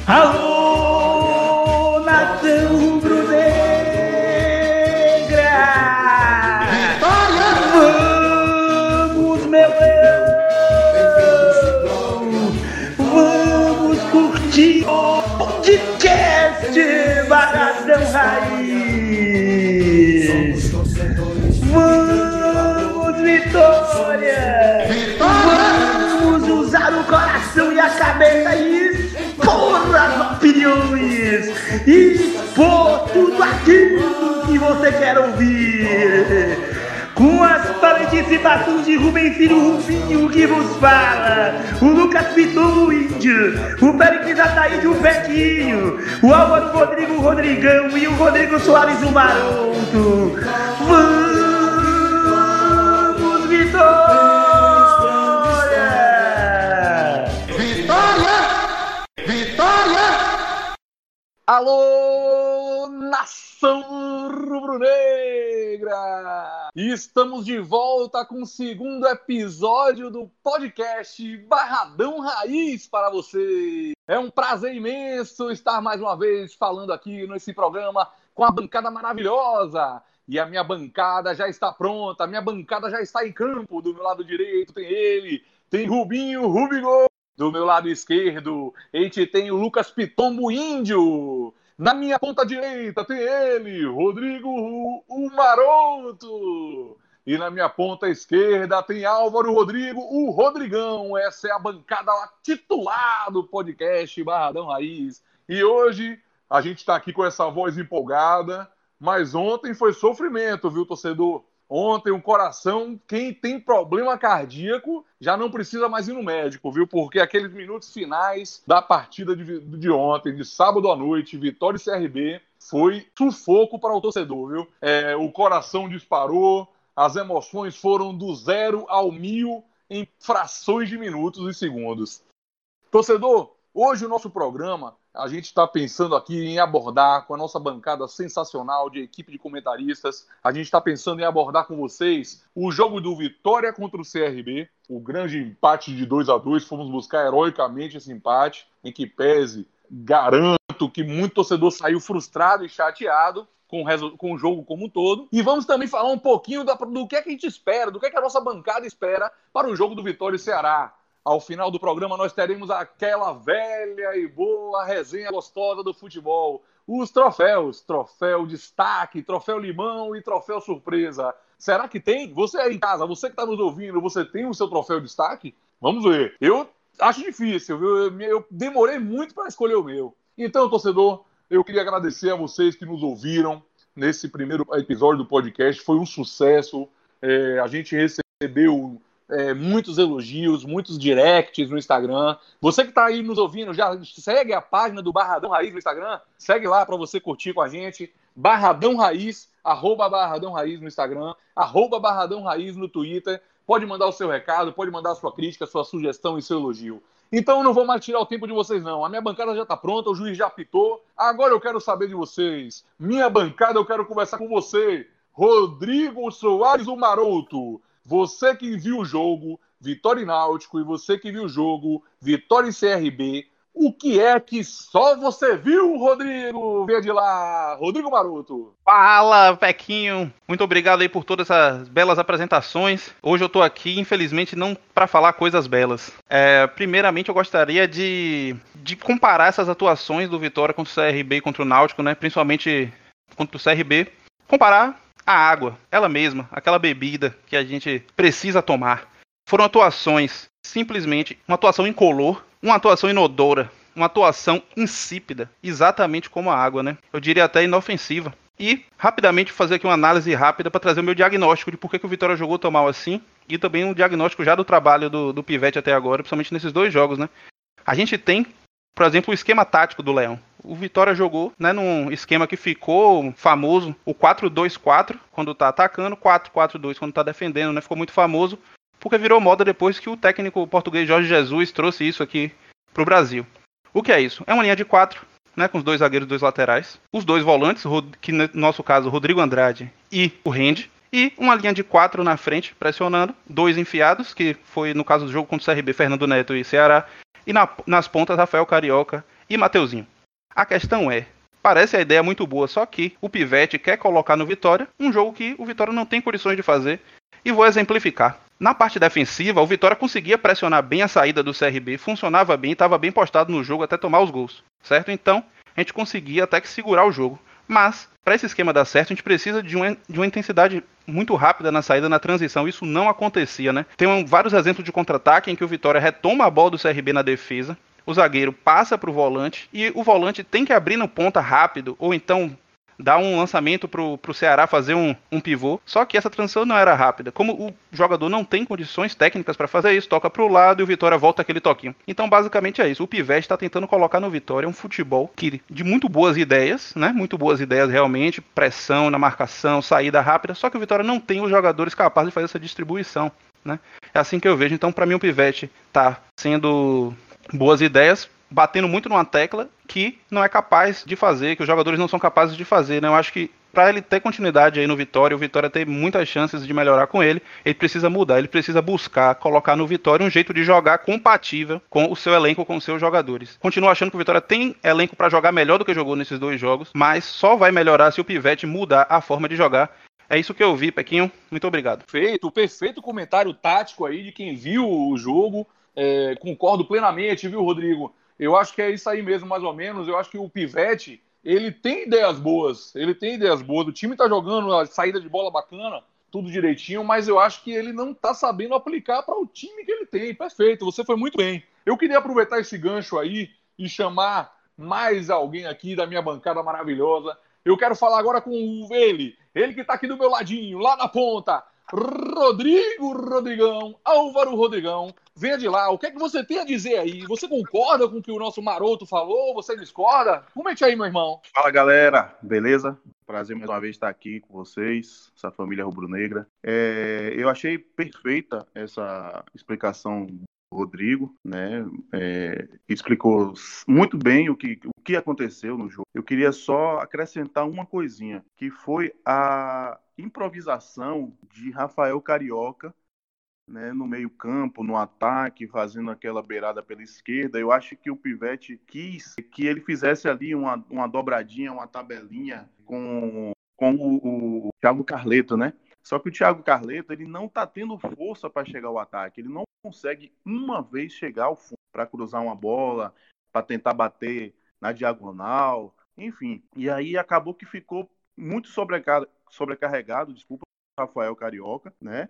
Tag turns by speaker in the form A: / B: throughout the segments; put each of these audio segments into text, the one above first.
A: Alô, nação rubro-negra! Vitória! Vamos, meu leão! Vamos curtir o podcast Barradão Raiz! Vamos, Vitória! Vamos usar o coração e a cabeça e expor as opiniões! Expor tudo aquilo que você quer ouvir! Com as participações de Rubem Filho Rubinho que vos fala, o Lucas Piton, o Índio, o Pericles Ataíde, o Betinho, o Álvaro Rodrigo, o Rodrigão e o Rodrigo Soares, o Maroto. Vamos, Vitória! Vitória! Vitória!
B: Alô, nação rubro-negra! Estamos de volta com o segundo episódio do podcast Barradão Raiz para você. É um prazer imenso estar mais uma vez falando aqui nesse programa com a bancada maravilhosa. E a minha bancada já está pronta, a minha bancada já está em campo. Do meu lado direito tem ele, tem Rubinho, Rubigol. Do meu lado esquerdo, a gente tem o Lucas Pitombo Índio. Na minha ponta direita tem ele, Rodrigo, o Maroto. E na minha ponta esquerda tem Álvaro Rodrigo, o Rodrigão. Essa é a bancada titular do podcast Barradão Raiz. E hoje a gente está aqui com essa voz empolgada, mas ontem foi sofrimento, viu, torcedor? Ontem o coração, quem tem problema cardíaco, já não precisa mais ir no médico, viu? Porque aqueles minutos finais da partida de ontem, de sábado à noite, Vitória e CRB, foi sufoco para o torcedor, viu? O coração disparou, as emoções foram do 0 ao 1000 em frações de minutos e segundos. Torcedor, hoje o nosso programa, a gente está pensando aqui em abordar com a nossa bancada sensacional de equipe de comentaristas, a gente está pensando em abordar com vocês o jogo do Vitória contra o CRB, o grande empate de 2-2, fomos buscar heroicamente esse empate, em que pese, garanto que muito torcedor saiu frustrado e chateado com o jogo como um todo, e vamos também falar um pouquinho do que é que a gente espera, do que é que a nossa bancada espera para o jogo do Vitória e Ceará. Ao final do programa nós teremos aquela velha e boa resenha gostosa do futebol. Os troféus, troféu destaque, troféu limão e troféu surpresa. Será que tem? Você aí em casa, você que está nos ouvindo, você tem o seu troféu destaque? Vamos ver. Eu acho difícil, viu? Eu demorei muito para escolher o meu. Então, torcedor, eu queria agradecer a vocês que nos ouviram nesse primeiro episódio do podcast. Foi um sucesso. A gente recebeu muitos elogios, muitos directs no Instagram. Você que está aí nos ouvindo, já segue a página do Barradão Raiz no Instagram? Segue lá para você curtir com a gente. Barradão Raiz, @Barradão Raiz no Instagram, @Barradão Raiz no Twitter. Pode mandar o seu recado, pode mandar a sua crítica, sua sugestão e seu elogio. Então eu não vou mais tirar o tempo de vocês não. A minha bancada já está pronta, o juiz já apitou. Agora eu quero saber de vocês. Minha bancada, eu quero conversar com você. Rodrigo Soares, o Maroto. Você que viu o jogo Vitória e Náutico e você que viu o jogo Vitória e CRB, o que é que só você viu, Rodrigo? Vem de lá, Rodrigo Maroto.
C: Fala, Pequinho. Muito obrigado aí por todas essas belas apresentações. Hoje eu tô aqui, infelizmente, não para falar coisas belas. Primeiramente, eu gostaria de comparar essas atuações do Vitória contra o CRB e contra o Náutico, né? Principalmente contra o CRB. Comparar a água, ela mesma, aquela bebida que a gente precisa tomar. Foram atuações, simplesmente, uma atuação incolor, uma atuação inodora, uma atuação insípida, exatamente como a água, né? Eu diria até inofensiva. E, rapidamente, fazer aqui uma análise rápida para trazer o meu diagnóstico de por que o Vitória jogou tão mal assim, e também um diagnóstico já do trabalho do Pivete até agora, principalmente nesses dois jogos, né? A gente tem, por exemplo, o esquema tático do Leão. O Vitória jogou, né, num esquema que ficou famoso, o 4-2-4 quando tá atacando, 4-4-2 quando tá defendendo, né? Ficou muito famoso, porque virou moda depois que o técnico português Jorge Jesus trouxe isso aqui pro Brasil. O que é isso? É uma linha de 4, né, com os dois zagueiros e dois laterais, os dois volantes, que no nosso caso, Rodrigo Andrade e o Rende, e uma linha de 4 na frente, pressionando, dois enfiados, que foi no caso do jogo contra o CRB, Fernando Neto e Ceará, e nas pontas, Rafael Carioca e Mateuzinho. A questão é, parece a ideia muito boa, só que o Pivete quer colocar no Vitória um jogo que o Vitória não tem condições de fazer. E vou exemplificar. Na parte defensiva, o Vitória conseguia pressionar bem a saída do CRB, funcionava bem, estava bem postado no jogo até tomar os gols, certo? Então, a gente conseguia até que segurar o jogo. Mas, para esse esquema dar certo, a gente precisa de uma intensidade muito rápida na saída, na transição. Isso não acontecia, né? Tem vários exemplos de contra-ataque em que o Vitória retoma a bola do CRB na defesa, o zagueiro passa para o volante e o volante tem que abrir no ponta rápido, ou então dar um lançamento pro Ceará fazer um pivô, só que essa transição não era rápida. Como o jogador não tem condições técnicas para fazer isso, toca pro lado e o Vitória volta aquele toquinho. Então basicamente é isso, o Pivete está tentando colocar no Vitória um futebol de muito boas ideias, né? Muito boas ideias realmente, pressão na marcação, saída rápida, só que o Vitória não tem os jogadores capazes de fazer essa distribuição, né? É assim que eu vejo. Então para mim o Pivete tá sendo boas ideias, batendo muito numa tecla que não é capaz de fazer, que os jogadores não são capazes de fazer, né? Eu acho que para ele ter continuidade aí no Vitória, o Vitória tem muitas chances de melhorar com ele precisa mudar, ele precisa buscar, colocar no Vitória um jeito de jogar compatível com o seu elenco, com os seus jogadores. Continuo achando que o Vitória tem elenco para jogar melhor do que jogou nesses 2 jogos, mas só vai melhorar se o Pivete mudar a forma de jogar. É isso que eu vi, Pequinho. Muito obrigado.
B: Perfeito comentário tático aí de quem viu o jogo. Concordo plenamente, viu, Rodrigo? Eu acho que é isso aí mesmo, mais ou menos. Eu acho que o Pivete, ele tem ideias boas. O time tá jogando a saída de bola bacana, tudo direitinho, mas eu acho que ele não tá sabendo aplicar para o time que ele tem. Perfeito, você foi muito bem. Eu queria aproveitar esse gancho aí e chamar mais alguém aqui da minha bancada maravilhosa. Eu quero falar agora com ele que tá aqui do meu ladinho, lá na ponta. Rodrigão, Álvaro Rodrigão, venha de lá, o que é que você tem a dizer aí? Você concorda com o que o nosso Maroto falou? Você discorda? Comente aí, meu irmão.
D: Fala, galera, beleza? Prazer mais uma vez estar aqui com vocês, essa família rubro-negra. Eu achei perfeita essa explicação do Rodrigo, né? Explicou muito bem o que aconteceu no jogo. Eu queria só acrescentar uma coisinha, que foi a improvisação de Rafael Carioca, né, no meio-campo, no ataque, fazendo aquela beirada pela esquerda. Eu acho que o Pivete quis que ele fizesse ali uma dobradinha, uma tabelinha com o Thiago Carleto, né? Só que o Thiago Carleto, ele não tá tendo força para chegar ao ataque. Ele não consegue uma vez chegar ao fundo para cruzar uma bola, para tentar bater na diagonal, enfim. E aí acabou que ficou muito sobrecarregado, desculpa, Rafael Carioca, né?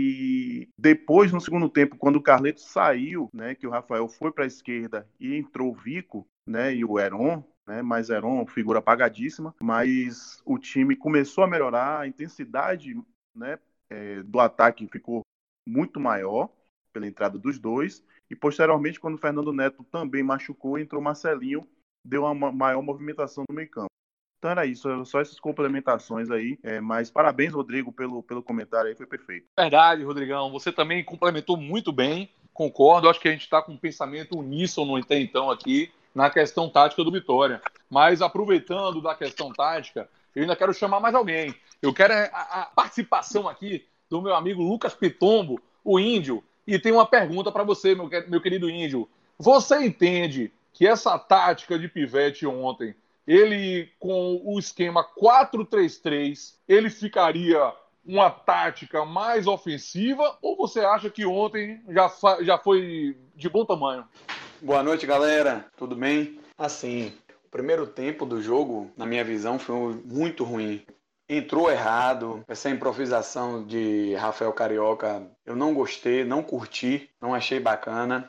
D: E depois, no segundo tempo, quando o Carleto saiu, né, que o Rafael foi para a esquerda e entrou o Vico, né, e o Heron, né, mas Heron, figura apagadíssima, mas o time começou a melhorar, a intensidade, né, do ataque ficou muito maior pela entrada dos dois, e posteriormente, quando o Fernando Neto também machucou, entrou Marcelinho, deu uma maior movimentação no meio-campo. Então era isso, só essas complementações aí. Mas parabéns, Rodrigo, pelo comentário aí, foi perfeito.
B: Verdade, Rodrigão. Você também complementou muito bem, concordo. Acho que a gente está com um pensamento uníssono até então aqui na questão tática do Vitória. Mas aproveitando da questão tática, eu ainda quero chamar mais alguém. Eu quero a participação aqui do meu amigo Lucas Pitombo, o Índio. E tem uma pergunta para você, meu querido Índio. Você entende que essa tática de Pivete ontem, ele, com o esquema 4-3-3, ele ficaria uma tática mais ofensiva, ou você acha que ontem já foi de bom tamanho?
E: Boa noite, galera. Tudo bem? Assim, o primeiro tempo do jogo, na minha visão, foi muito ruim. Entrou errado, essa improvisação de Rafael Carioca, eu não gostei, não curti, não achei bacana.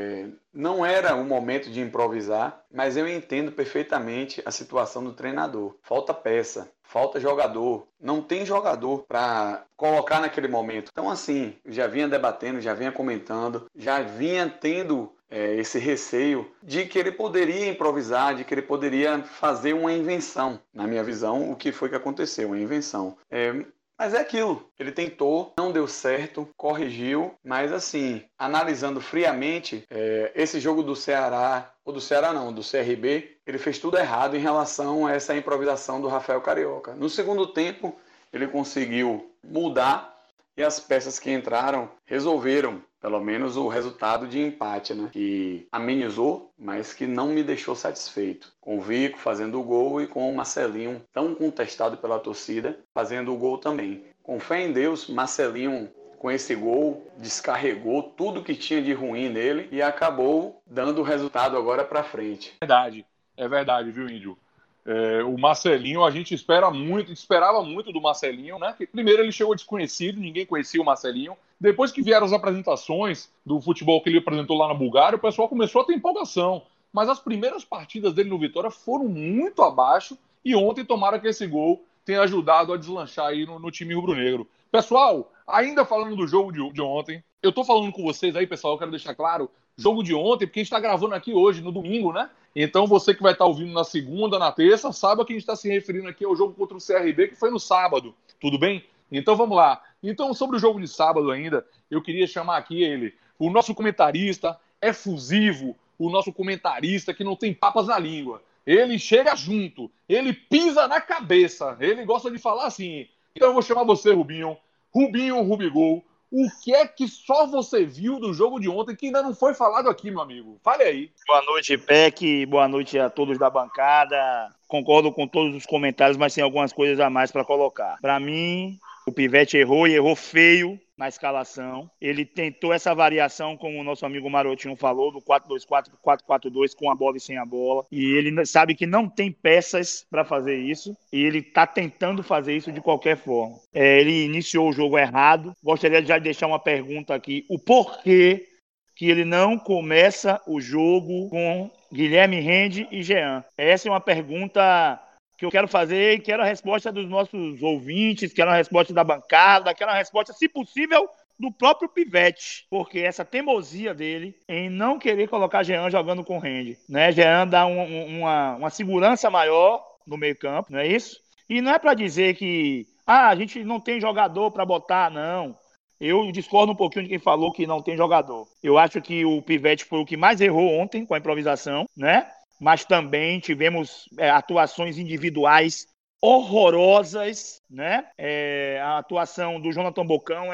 E: Não era o momento de improvisar, mas eu entendo perfeitamente a situação do treinador. Falta peça, falta jogador, não tem jogador para colocar naquele momento. Então assim, eu já vinha debatendo, já vinha comentando, já vinha tendo esse receio de que ele poderia improvisar, de que ele poderia fazer uma invenção. Na minha visão, o que foi que aconteceu? Uma invenção. Mas é aquilo, ele tentou, não deu certo, corrigiu, mas assim, analisando friamente, esse jogo do Ceará, ou do Ceará não, do CRB, ele fez tudo errado em relação a essa improvisação do Rafael Carioca. No segundo tempo, ele conseguiu mudar E as peças que entraram resolveram, pelo menos, o resultado de empate, né? Que amenizou, mas que não me deixou satisfeito. Com o Vico fazendo o gol e com o Marcelinho, tão contestado pela torcida, fazendo o gol também. Com fé em Deus, Marcelinho, com esse gol, descarregou tudo que tinha de ruim nele e acabou dando o resultado agora para frente.
B: É verdade, viu, Índio? O Marcelinho, a gente esperava muito do Marcelinho, né? Que primeiro ele chegou desconhecido, ninguém conhecia o Marcelinho. Depois que vieram as apresentações do futebol que ele apresentou lá na Bulgária, o pessoal começou a ter empolgação. Mas as primeiras partidas dele no Vitória foram muito abaixo e ontem tomaram que esse gol tenha ajudado a deslanchar aí no time rubro-negro. Pessoal, ainda falando do jogo de ontem, eu tô falando com vocês aí, pessoal, eu quero deixar claro, jogo de ontem, porque a gente tá gravando aqui hoje, no domingo, né? Então você que vai estar ouvindo na segunda, na terça, saiba que a gente está se referindo aqui ao jogo contra o CRB, que foi no sábado, tudo bem? Então vamos lá. Então sobre o jogo de sábado ainda, eu queria chamar aqui ele, o nosso comentarista efusivo, o nosso comentarista que não tem papas na língua. Ele chega junto, ele pisa na cabeça, ele gosta de falar assim. Então eu vou chamar você, Rubinho, Rubigol. O que é que só você viu do jogo de ontem que ainda não foi falado aqui, meu amigo? Fale aí.
A: Boa noite, Peck. Boa noite a todos da bancada. Concordo com todos os comentários, mas tem algumas coisas a mais para colocar. Para mim, o Pivete errou e errou feio na escalação. Ele tentou essa variação, como o nosso amigo Marotinho falou, do 4-2-4 para 4-4-2 com a bola e sem a bola. E ele sabe que não tem peças para fazer isso. E ele está tentando fazer isso de qualquer forma. Ele iniciou o jogo errado. Gostaria de já deixar uma pergunta aqui. O porquê que ele não começa o jogo com Guilherme Rende e Jean? Essa é uma pergunta que eu quero fazer e quero a resposta dos nossos ouvintes, quero a resposta da bancada, quero a resposta, se possível, do próprio Pivete, porque essa teimosia dele em não querer colocar Jean jogando com Rende, né? Jean dá uma segurança maior no meio campo, não é isso? E não é para dizer que a gente não tem jogador para botar, não. Eu discordo um pouquinho de quem falou que não tem jogador. Eu acho que o Pivete foi o que mais errou ontem com a improvisação, né? Mas também tivemos atuações individuais horrorosas, né? A atuação do Jonathan Bocão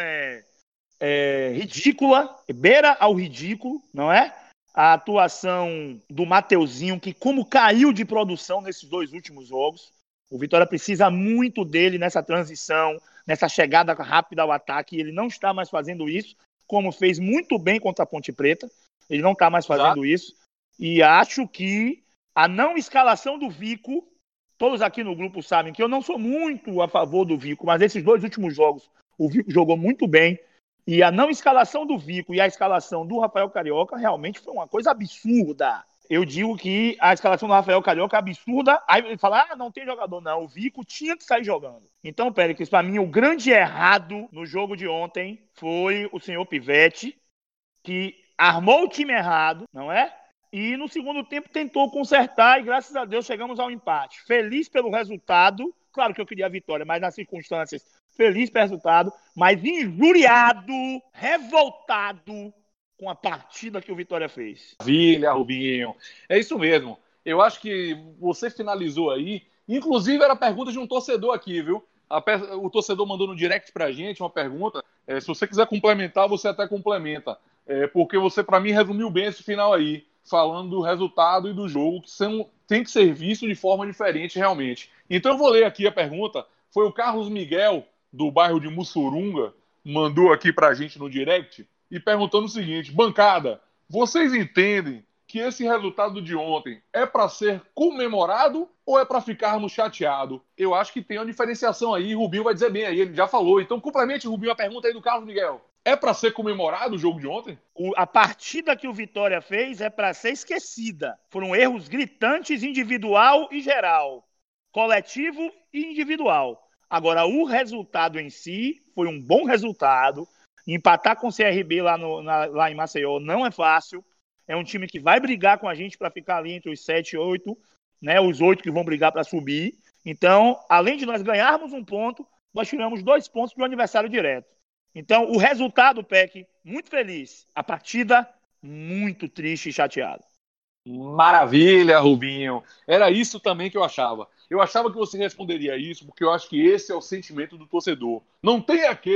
A: é ridícula, beira ao ridículo, não é? A atuação do Mateuzinho, que como caiu de produção nesses dois últimos jogos, o Vitória precisa muito dele nessa transição, nessa chegada rápida ao ataque, e ele não está mais fazendo isso, como fez muito bem contra a Ponte Preta, ele não está mais fazendo isso. E acho que a não escalação do Vico, todos aqui no grupo sabem que eu não sou muito a favor do Vico, mas esses dois últimos jogos o Vico jogou muito bem. E a não escalação do Vico e a escalação do Rafael Carioca realmente foi uma coisa absurda. Eu digo que a escalação do Rafael Carioca é absurda. Aí ele fala, não tem jogador. Não, o Vico tinha que sair jogando. Então, Péricles, para mim, o grande errado no jogo de ontem foi o senhor Pivete, que armou o time errado, não é? E no segundo tempo tentou consertar e graças a Deus chegamos ao empate. Feliz pelo resultado, claro que eu queria a vitória, mas nas circunstâncias, feliz pelo resultado, mas injuriado, revoltado com a partida que o Vitória fez.
B: Maravilha, Rubinho. É isso mesmo. Eu acho que você finalizou aí, inclusive era a pergunta de um torcedor aqui, viu? O torcedor mandou no direct pra gente uma pergunta. Se você quiser complementar, você até complementa. Porque você, para mim, resumiu bem esse final aí, falando do resultado e do jogo, que tem que ser visto de forma diferente realmente. Então eu vou ler aqui a pergunta. Foi o Carlos Miguel, do bairro de Mussurunga, mandou aqui pra gente no direct e perguntando o seguinte: bancada, vocês entendem que esse resultado de ontem é para ser comemorado ou é para ficarmos chateados? Eu acho que tem uma diferenciação aí, Rubinho vai dizer bem aí, ele já falou. Então complemente, Rubinho, a pergunta aí do Carlos Miguel. É para ser comemorado o jogo de ontem?
A: A partida que o Vitória fez é para ser esquecida. Foram erros gritantes individual e geral. Coletivo e individual. Agora, o resultado em si foi um bom resultado. Empatar com o CRB lá em Maceió não é fácil. É um time que vai brigar com a gente para ficar ali entre os 7 e 8, né? Os 8 que vão brigar para subir. Então, além de nós ganharmos um ponto, nós tiramos 2 pontos do adversário direto. Então, o resultado, Peck, muito feliz. A partida, muito triste e chateado.
B: Maravilha, Rubinho. Era isso também que eu achava. Eu achava que você responderia isso, porque eu acho que esse é o sentimento do torcedor. Não tem aquele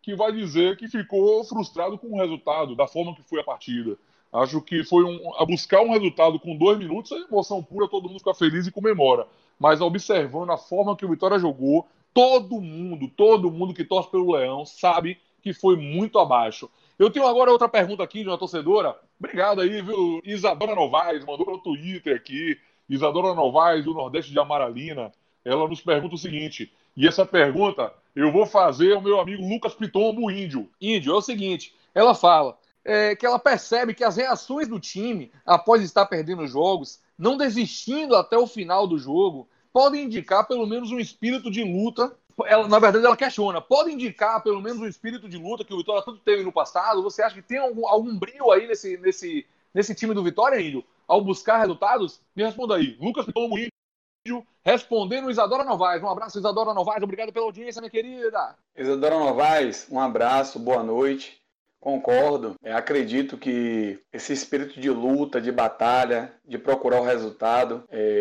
B: que vai dizer que ficou frustrado com o resultado, da forma que foi a partida. Acho que foi a buscar um resultado com 2 minutos, é emoção pura, todo mundo fica feliz e comemora. Mas observando a forma que o Vitória jogou, todo mundo que torce pelo Leão sabe que foi muito abaixo. Eu tenho agora outra pergunta aqui de uma torcedora. Obrigado aí, viu? Isadora Novaes, mandou no Twitter aqui. Isadora Novaes, do Nordeste de Amaralina. Ela nos pergunta o seguinte, e essa pergunta eu vou fazer ao meu amigo Lucas Pitombo, Índio. Índio, é o seguinte, ela fala que ela percebe que as reações do time, após estar perdendo jogos, não desistindo até o final do jogo, podem indicar pelo menos um espírito de luta. Na verdade, ela questiona, pode indicar pelo menos um espírito de luta que o Vitória tanto teve no passado? Você acha que tem algum brilho aí nesse time do Vitória, Índio, ao buscar resultados? Me responda aí. Lucas Pitombo, Índio, respondendo Isadora Novaes. Um abraço, Isadora Novaes. Obrigado pela audiência, minha querida.
E: Isadora Novaes, um abraço, boa noite. Concordo. Acredito que esse espírito de luta, de batalha, de procurar o resultado,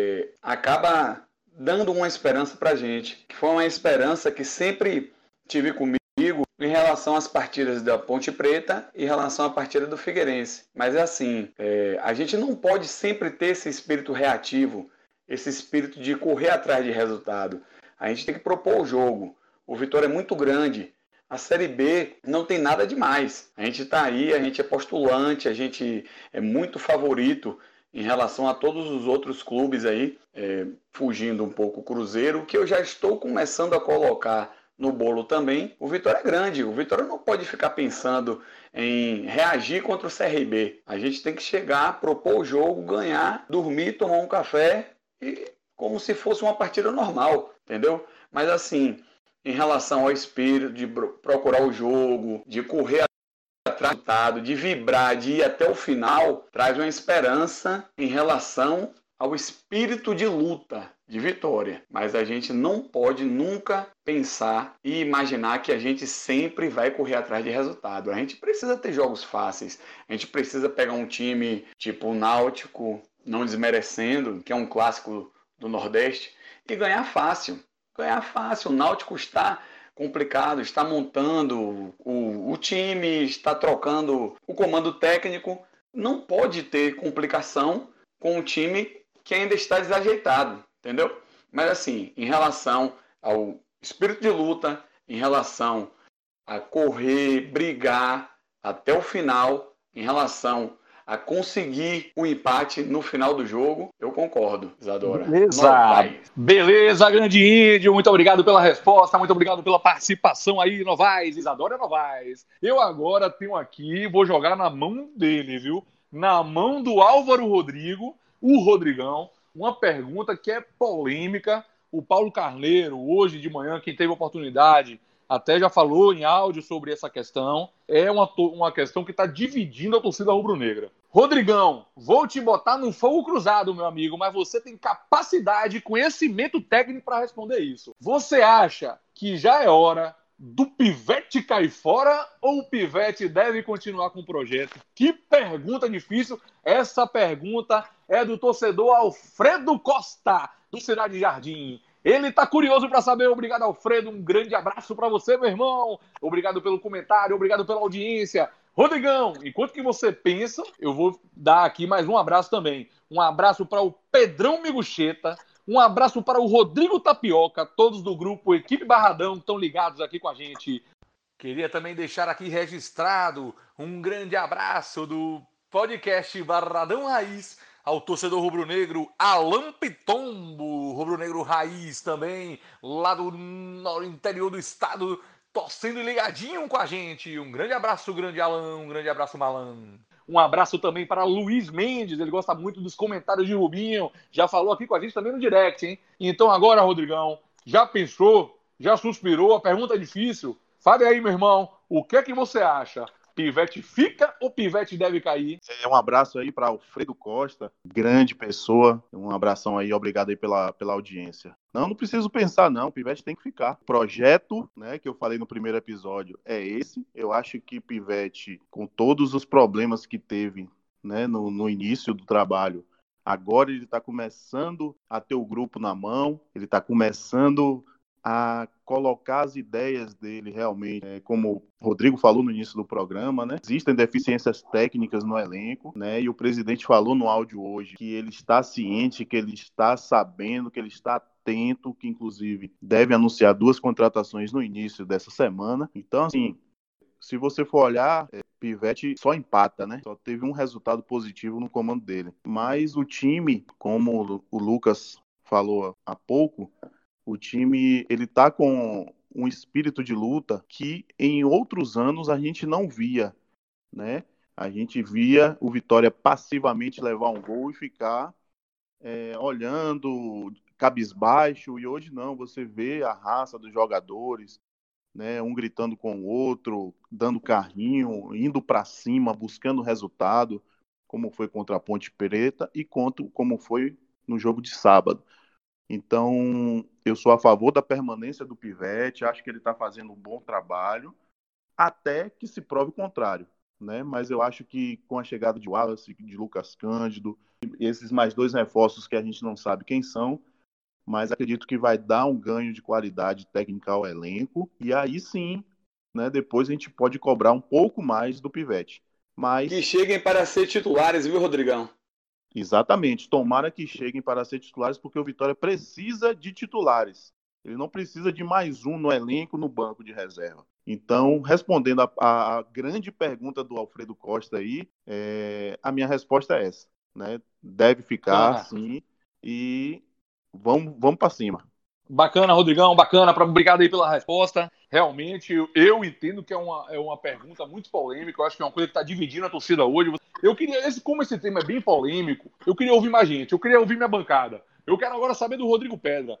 E: acaba dando uma esperança pra gente. Que foi uma esperança que sempre tive comigo em relação às partidas da Ponte Preta e em relação à partida do Figueirense. Mas é assim, a gente não pode sempre ter esse espírito reativo, esse espírito de correr atrás de resultado. A gente tem que propor o jogo. O Vitória é muito grande. A Série B não tem nada demais. A gente está aí, a gente é postulante, a gente é muito favorito em relação a todos os outros clubes aí, fugindo um pouco o Cruzeiro, que eu já estou começando a colocar no bolo também. O Vitória é grande, o Vitória não pode ficar pensando em reagir contra o CRB. A gente tem que chegar, propor o jogo, ganhar, dormir, tomar um café, e como se fosse uma partida normal, entendeu? Mas assim, em relação ao espírito de procurar o jogo, de correr atrás do resultado, de vibrar, de ir até o final, traz uma esperança em relação ao espírito de luta, de vitória. Mas a gente não pode nunca pensar e imaginar que a gente sempre vai correr atrás de resultado. A gente precisa ter jogos fáceis, a gente precisa pegar um time tipo o Náutico, não desmerecendo, que é um clássico do Nordeste, e ganhar fácil. Ganhar fácil. O Náutico está complicado, está montando o time, está trocando o comando técnico. Não pode ter complicação com um time que ainda está desajeitado, entendeu? Mas assim, em relação ao espírito de luta, em relação a correr, brigar até o final, em relação a conseguir o empate no final do jogo, eu concordo, Isadora.
B: Beleza, grande Índio, muito obrigado pela resposta, muito obrigado pela participação aí, Novaes, Isadora Novaes. Eu agora tenho aqui, vou jogar na mão dele, viu? Na mão do Álvaro Rodrigo, o Rodrigão, uma pergunta que é polêmica. O Paulo Carneiro, hoje de manhã, quem teve oportunidade, até já falou em áudio sobre essa questão. É uma questão que está dividindo a torcida rubro-negra. Rodrigão, vou te botar no fogo cruzado, meu amigo, mas você tem capacidade e conhecimento técnico para responder isso. Você acha que já é hora do Pivete cair fora ou o Pivete deve continuar com o projeto? Que pergunta difícil. Essa pergunta é do torcedor Alfredo Costa, do Cidade Jardim. Ele tá curioso para saber. Obrigado, Alfredo. Um grande abraço para você, meu irmão. Obrigado pelo comentário, obrigado pela audiência. Rodrigão, enquanto que você pensa, eu vou dar aqui mais um abraço também. Um abraço para o Pedrão Migucheta, um abraço para o Rodrigo Tapioca, todos do grupo Equipe Barradão que estão ligados aqui com a gente. Queria também deixar aqui registrado um grande abraço do podcast Barradão Raiz ao torcedor rubro-negro Alan Pitombo, rubro-negro raiz também, lá no interior do estado, torcendo e ligadinho com a gente. Um grande abraço, grande Alan, um grande abraço, Malan. Um abraço também para Luiz Mendes, ele gosta muito dos comentários de Rubinho, já falou aqui com a gente também no direct, hein? Então agora, Rodrigão, já pensou, já suspirou, a pergunta é difícil. Fale aí, meu irmão, o que é que você acha? Pivete fica ou Pivete deve cair?
D: Um abraço aí para Alfredo Costa, grande pessoa. Um abração aí, obrigado aí pela audiência. Não preciso pensar não, Pivete tem que ficar. O projeto, né, que eu falei no primeiro episódio é esse. Eu acho que Pivete, com todos os problemas que teve, né, no início do trabalho, agora ele está começando a ter o grupo na mão, ele está começando a colocar as ideias dele realmente, como o Rodrigo falou no início do programa, né? Existem deficiências técnicas no elenco, né? E o presidente falou no áudio hoje que ele está ciente, que ele está sabendo, que ele está atento, que inclusive deve anunciar 2 contratações no início dessa semana. Então, assim, se você for olhar, Pivete só empata, né? Só teve um resultado positivo no comando dele. Mas o time, como o Lucas falou há pouco, o time, ele tá com um espírito de luta que em outros anos a gente não via, né? A gente via o Vitória passivamente levar um gol e ficar olhando, cabisbaixo, e hoje não, você vê a raça dos jogadores, né? Um gritando com o outro, dando carrinho, indo para cima, buscando resultado, como foi contra a Ponte Preta e como foi no jogo de sábado. Então, eu sou a favor da permanência do Pivete, acho que ele está fazendo um bom trabalho, até que se prove o contrário, né? Mas eu acho que com a chegada de Wallace, de Lucas Cândido, esses mais 2 reforços que a gente não sabe quem são, mas acredito que vai dar um ganho de qualidade técnica ao elenco, e aí sim, né, depois a gente pode cobrar um pouco mais do Pivete. Mas...
E: que cheguem para ser titulares, viu, Rodrigão?
D: Exatamente, tomara que cheguem para ser titulares, porque o Vitória precisa de titulares. Ele não precisa de mais um no elenco, no banco de reserva. Então, respondendo a grande pergunta do Alfredo Costa aí, a minha resposta é essa, né? Deve ficar, sim, e vamos para cima.
B: Bacana, Rodrigão, bacana. Obrigado aí pela resposta. Realmente, eu entendo que é uma pergunta muito polêmica. Eu acho que é uma coisa que está dividindo a torcida hoje. Eu queria, como esse tema é bem polêmico, eu queria ouvir mais gente. Eu queria ouvir minha bancada. Eu quero agora saber do Rodrigo Pedra.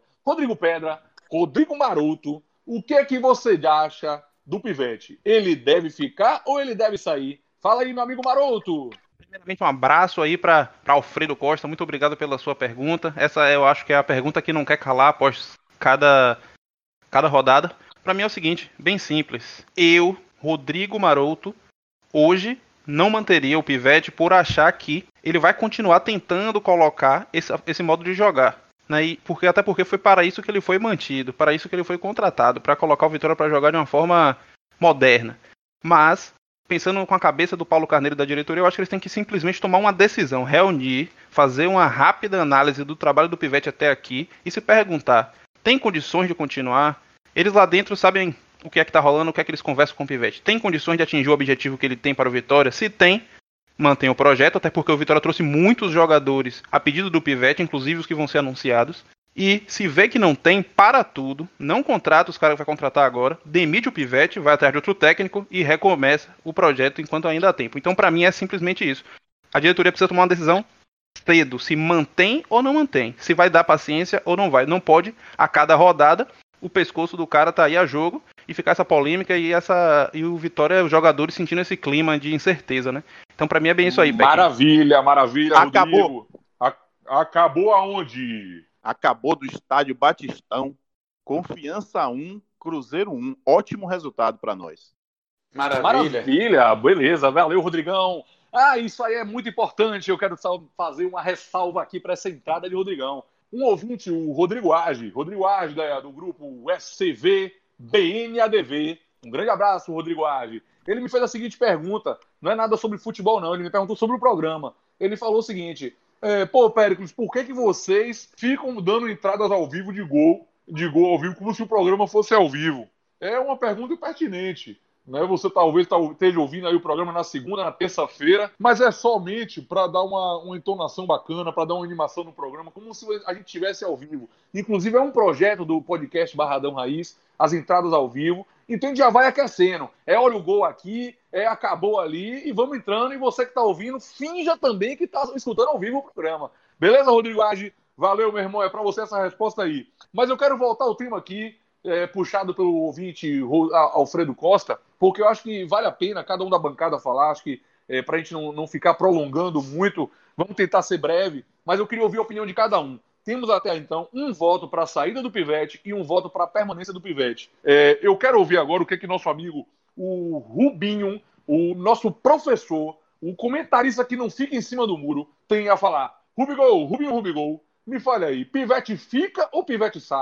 B: Rodrigo Maroto, o que é que você acha do Pivete? Ele deve ficar ou ele deve sair? Fala aí, meu amigo Maroto.
C: Primeiramente, um abraço aí para Alfredo Costa. Muito obrigado pela sua pergunta. Essa eu acho que é a pergunta que não quer calar após cada rodada. Para mim é o seguinte, bem simples. Eu, Rodrigo Maroto, hoje não manteria o Pivete por achar que ele vai continuar tentando colocar esse modo de jogar. Né? Até porque foi para isso que ele foi mantido, para isso que ele foi contratado, para colocar o Vitória para jogar de uma forma moderna. Mas, pensando com a cabeça do Paulo Carneiro e da diretoria, eu acho que eles têm que simplesmente tomar uma decisão, reunir, fazer uma rápida análise do trabalho do Pivete até aqui e se perguntar, tem condições de continuar? Eles lá dentro sabem o que é que está rolando, o que é que eles conversam com o Pivete. Tem condições de atingir o objetivo que ele tem para o Vitória? Se tem, mantém o projeto, até porque o Vitória trouxe muitos jogadores a pedido do Pivete, inclusive os que vão ser anunciados. E se vê que não tem, para tudo, não contrata os caras que vai contratar agora, demite o Pivete, vai atrás de outro técnico e recomeça o projeto enquanto ainda há tempo. Então, para mim, é simplesmente isso. A diretoria precisa tomar uma decisão cedo, se mantém ou não mantém, se vai dar paciência ou não vai. Não pode, a cada rodada, o pescoço do cara tá aí a jogo e ficar essa polêmica e o Vitória, os jogadores sentindo esse clima de incerteza, né? Então, para mim, é bem isso aí, Pequim.
B: Maravilha,
D: Acabou.
B: Rodrigo. Acabou aonde?
D: Acabou do estádio Batistão. Confiança 1, Cruzeiro 1. Ótimo resultado para nós.
B: Maravilha, beleza. Valeu, Rodrigão. Isso aí é muito importante. Eu quero fazer uma ressalva aqui para essa entrada de Rodrigão. Um ouvinte, o Rodrigo Age do grupo SCV BNADV. Um grande abraço, Rodrigo Age. Ele me fez a seguinte pergunta. Não é nada sobre futebol, não. Ele me perguntou sobre o programa. Ele falou o seguinte... Péricles, por que vocês ficam dando entradas ao vivo de gol ao vivo, como se o programa fosse ao vivo? É uma pergunta pertinente, né? Você talvez esteja ouvindo aí o programa na segunda, na terça-feira, mas é somente para dar uma entonação bacana, para dar uma animação no programa, como se a gente estivesse ao vivo. Inclusive é um projeto do podcast Barradão Raiz, as entradas ao vivo. Então a gente já vai aquecendo. Olha o gol aqui, acabou ali, e vamos entrando. E você que está ouvindo, finja também que está escutando ao vivo o programa. Beleza, Rodrigo Age? Valeu, meu irmão. É para você essa resposta aí. Mas eu quero voltar ao tema aqui, puxado pelo ouvinte Alfredo Costa, porque eu acho que vale a pena cada um da bancada falar. Acho que para a gente não ficar prolongando muito, vamos tentar ser breve. Mas eu queria ouvir a opinião de cada um. Temos até então um voto para a saída do Pivete e um voto para a permanência do Pivete. Eu quero ouvir agora o que nosso amigo, o Rubinho, o nosso professor, o comentarista que não fica em cima do muro, tem a falar. Rubigol, me fale aí, Pivete fica ou Pivete sai?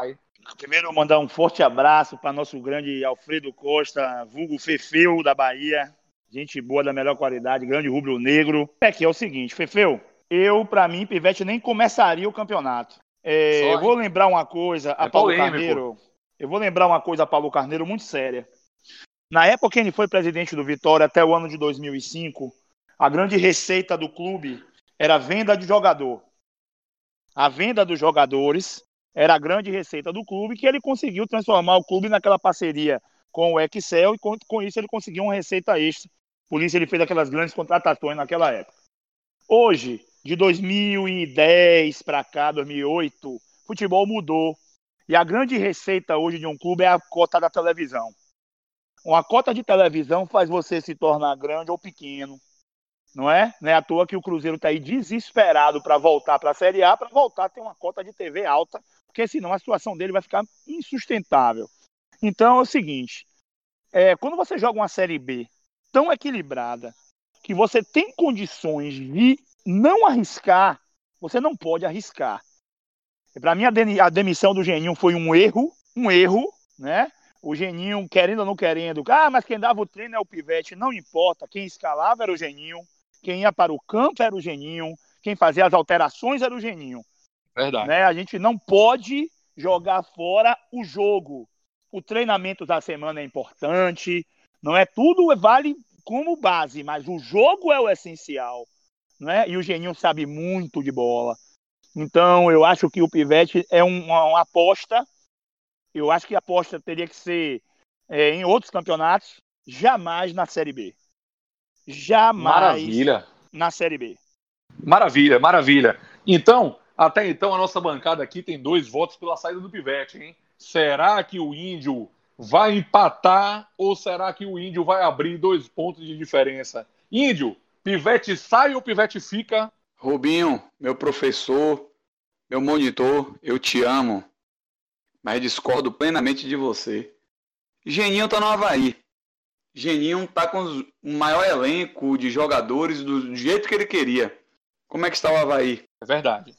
A: Primeiro, mandar um forte abraço para nosso grande Alfredo Costa, vulgo Fefeu da Bahia. Gente boa da melhor qualidade, grande rubro-negro. Que é o seguinte, Fefeu, para mim, Pivete nem começaria o campeonato. Eu vou lembrar uma coisa a Paulo Carneiro. Eu vou lembrar uma coisa a Paulo Carneiro muito séria. Na época que ele foi presidente do Vitória, até o ano de 2005, a grande receita do clube era a venda de jogador. A venda dos jogadores era a grande receita do clube, que ele conseguiu transformar o clube naquela parceria com o Excel, e com isso ele conseguiu uma receita extra. Por isso ele fez aquelas grandes contratações naquela época. Hoje, de 2010 para cá, 2008, futebol mudou. E a grande receita hoje de um clube é a cota da televisão. Uma cota de televisão faz você se tornar grande ou pequeno. Não é? Não é à toa que o Cruzeiro está aí desesperado para voltar para a Série A, para voltar a ter uma cota de TV alta, porque senão a situação dele vai ficar insustentável. Então é o seguinte, quando você joga uma Série B tão equilibrada, que você tem condições de não arriscar, você não pode arriscar. Para mim, a demissão do Geninho foi um erro, né? O Geninho, querendo ou não querendo, mas quem dava o treino é o Pivete, não importa, quem escalava era o Geninho, quem ia para o campo era o Geninho, quem fazia as alterações era o Geninho.
B: Verdade.
A: Né? A gente não pode jogar fora o jogo. O treinamento da semana é importante, não é tudo vale como base, mas o jogo é o essencial, né? E o Geninho sabe muito de bola. Então, eu acho que o Pivete é uma aposta. Eu acho que a aposta teria que ser em outros campeonatos, jamais na Série B. Jamais na Série B.
B: Maravilha, maravilha. Então, até então, a nossa bancada aqui tem 2 votos pela saída do Pivete, hein? Será que o Índio vai empatar ou será que o Índio vai abrir 2 pontos de diferença? Índio, Pivete sai ou Pivete fica?
E: Rubinho, meu professor, meu monitor, eu te amo, mas discordo plenamente de você. Geninho tá no Avaí. Geninho tá com o maior elenco de jogadores do jeito que ele queria. Como é que está o Avaí?
B: É verdade.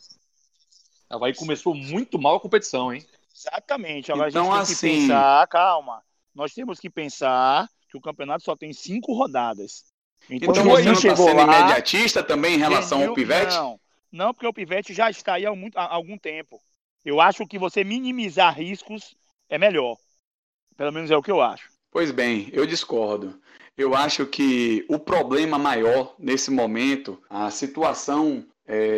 B: O Avaí começou muito mal a competição, hein?
A: Exatamente. Agora
E: então,
A: a gente tem que pensar, calma. Nós temos que pensar que o campeonato só tem 5 rodadas.
E: Então você não está sendo imediatista também em relação ao Pivete?
A: Não, porque o Pivete já está aí há algum tempo. Eu acho que você minimizar riscos é melhor. Pelo menos é o que eu acho.
E: Pois bem, eu discordo. Eu acho que o problema maior nesse momento, a situação,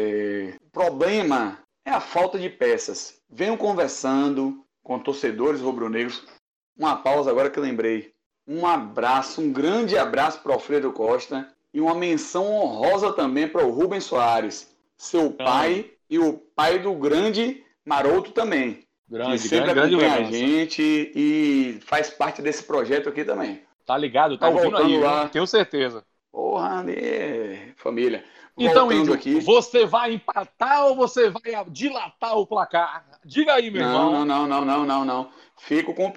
E: o problema é a falta de peças. Venho conversando com torcedores rubro-negros. Uma pausa agora que eu lembrei. Um abraço, um grande abraço para o Alfredo Costa e uma menção honrosa também para o Rubens Soares, seu pai e o pai do grande Maroto também. Que sempre acompanha a gente e faz parte desse projeto aqui também.
B: Tá ligado, tá ouvindo aí, lá. Tenho certeza.
E: Porra, família.
B: Então, Índio, aqui. Você vai empatar ou você vai dilatar o placar? Diga aí, meu irmão.
E: Não. Fico com o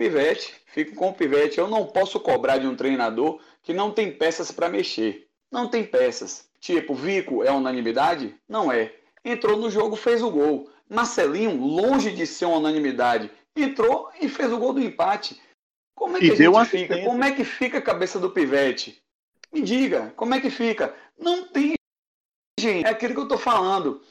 E: Pivete. Eu não posso cobrar de um treinador que não tem peças para mexer. Não tem peças. Tipo, Vico é unanimidade? Não é. Entrou no jogo, fez o gol. Marcelinho, longe de ser uma unanimidade, entrou e fez o gol do empate. Como é que a gente fica? Como é que fica a cabeça do Pivete? Me diga, como é que fica? Não tem, gente. É aquilo que eu tô falando.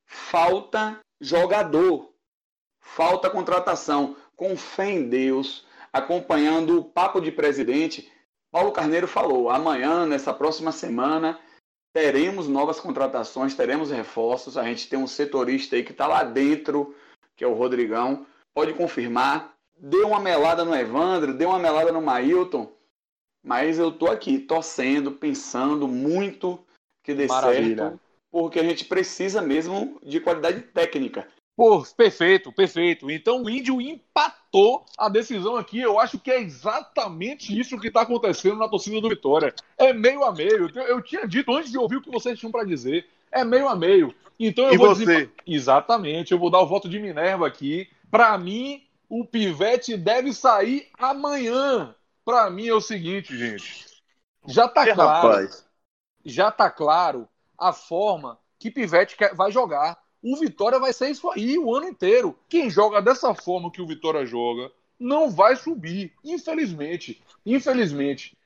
E: Falta jogador. Falta contratação. Com fé em Deus, acompanhando o papo de presidente, Paulo Carneiro falou, amanhã, nessa próxima semana, teremos novas contratações, teremos reforços. A gente tem um setorista aí que está lá dentro, que é o Rodrigão. Pode confirmar. Deu uma melada no Evandro, deu uma melada no Mailton. Mas eu tô aqui torcendo, pensando muito que dê certo. Porque a gente precisa mesmo de qualidade técnica.
B: Pô, perfeito. Então o Índio empatou a decisão aqui. Eu acho que é exatamente isso que está acontecendo na torcida do Vitória. É meio a meio. Eu tinha dito antes de ouvir o que vocês tinham para dizer. É meio a meio. Então eu vou dizer... Exatamente. Eu vou dar o voto de Minerva aqui. Para mim, o Pivete deve sair amanhã. Para mim é o seguinte, gente. Já tá claro a forma que Pivete vai jogar. O Vitória vai ser isso aí o ano inteiro. Quem joga dessa forma que o Vitória joga não vai subir, infelizmente. Infelizmente.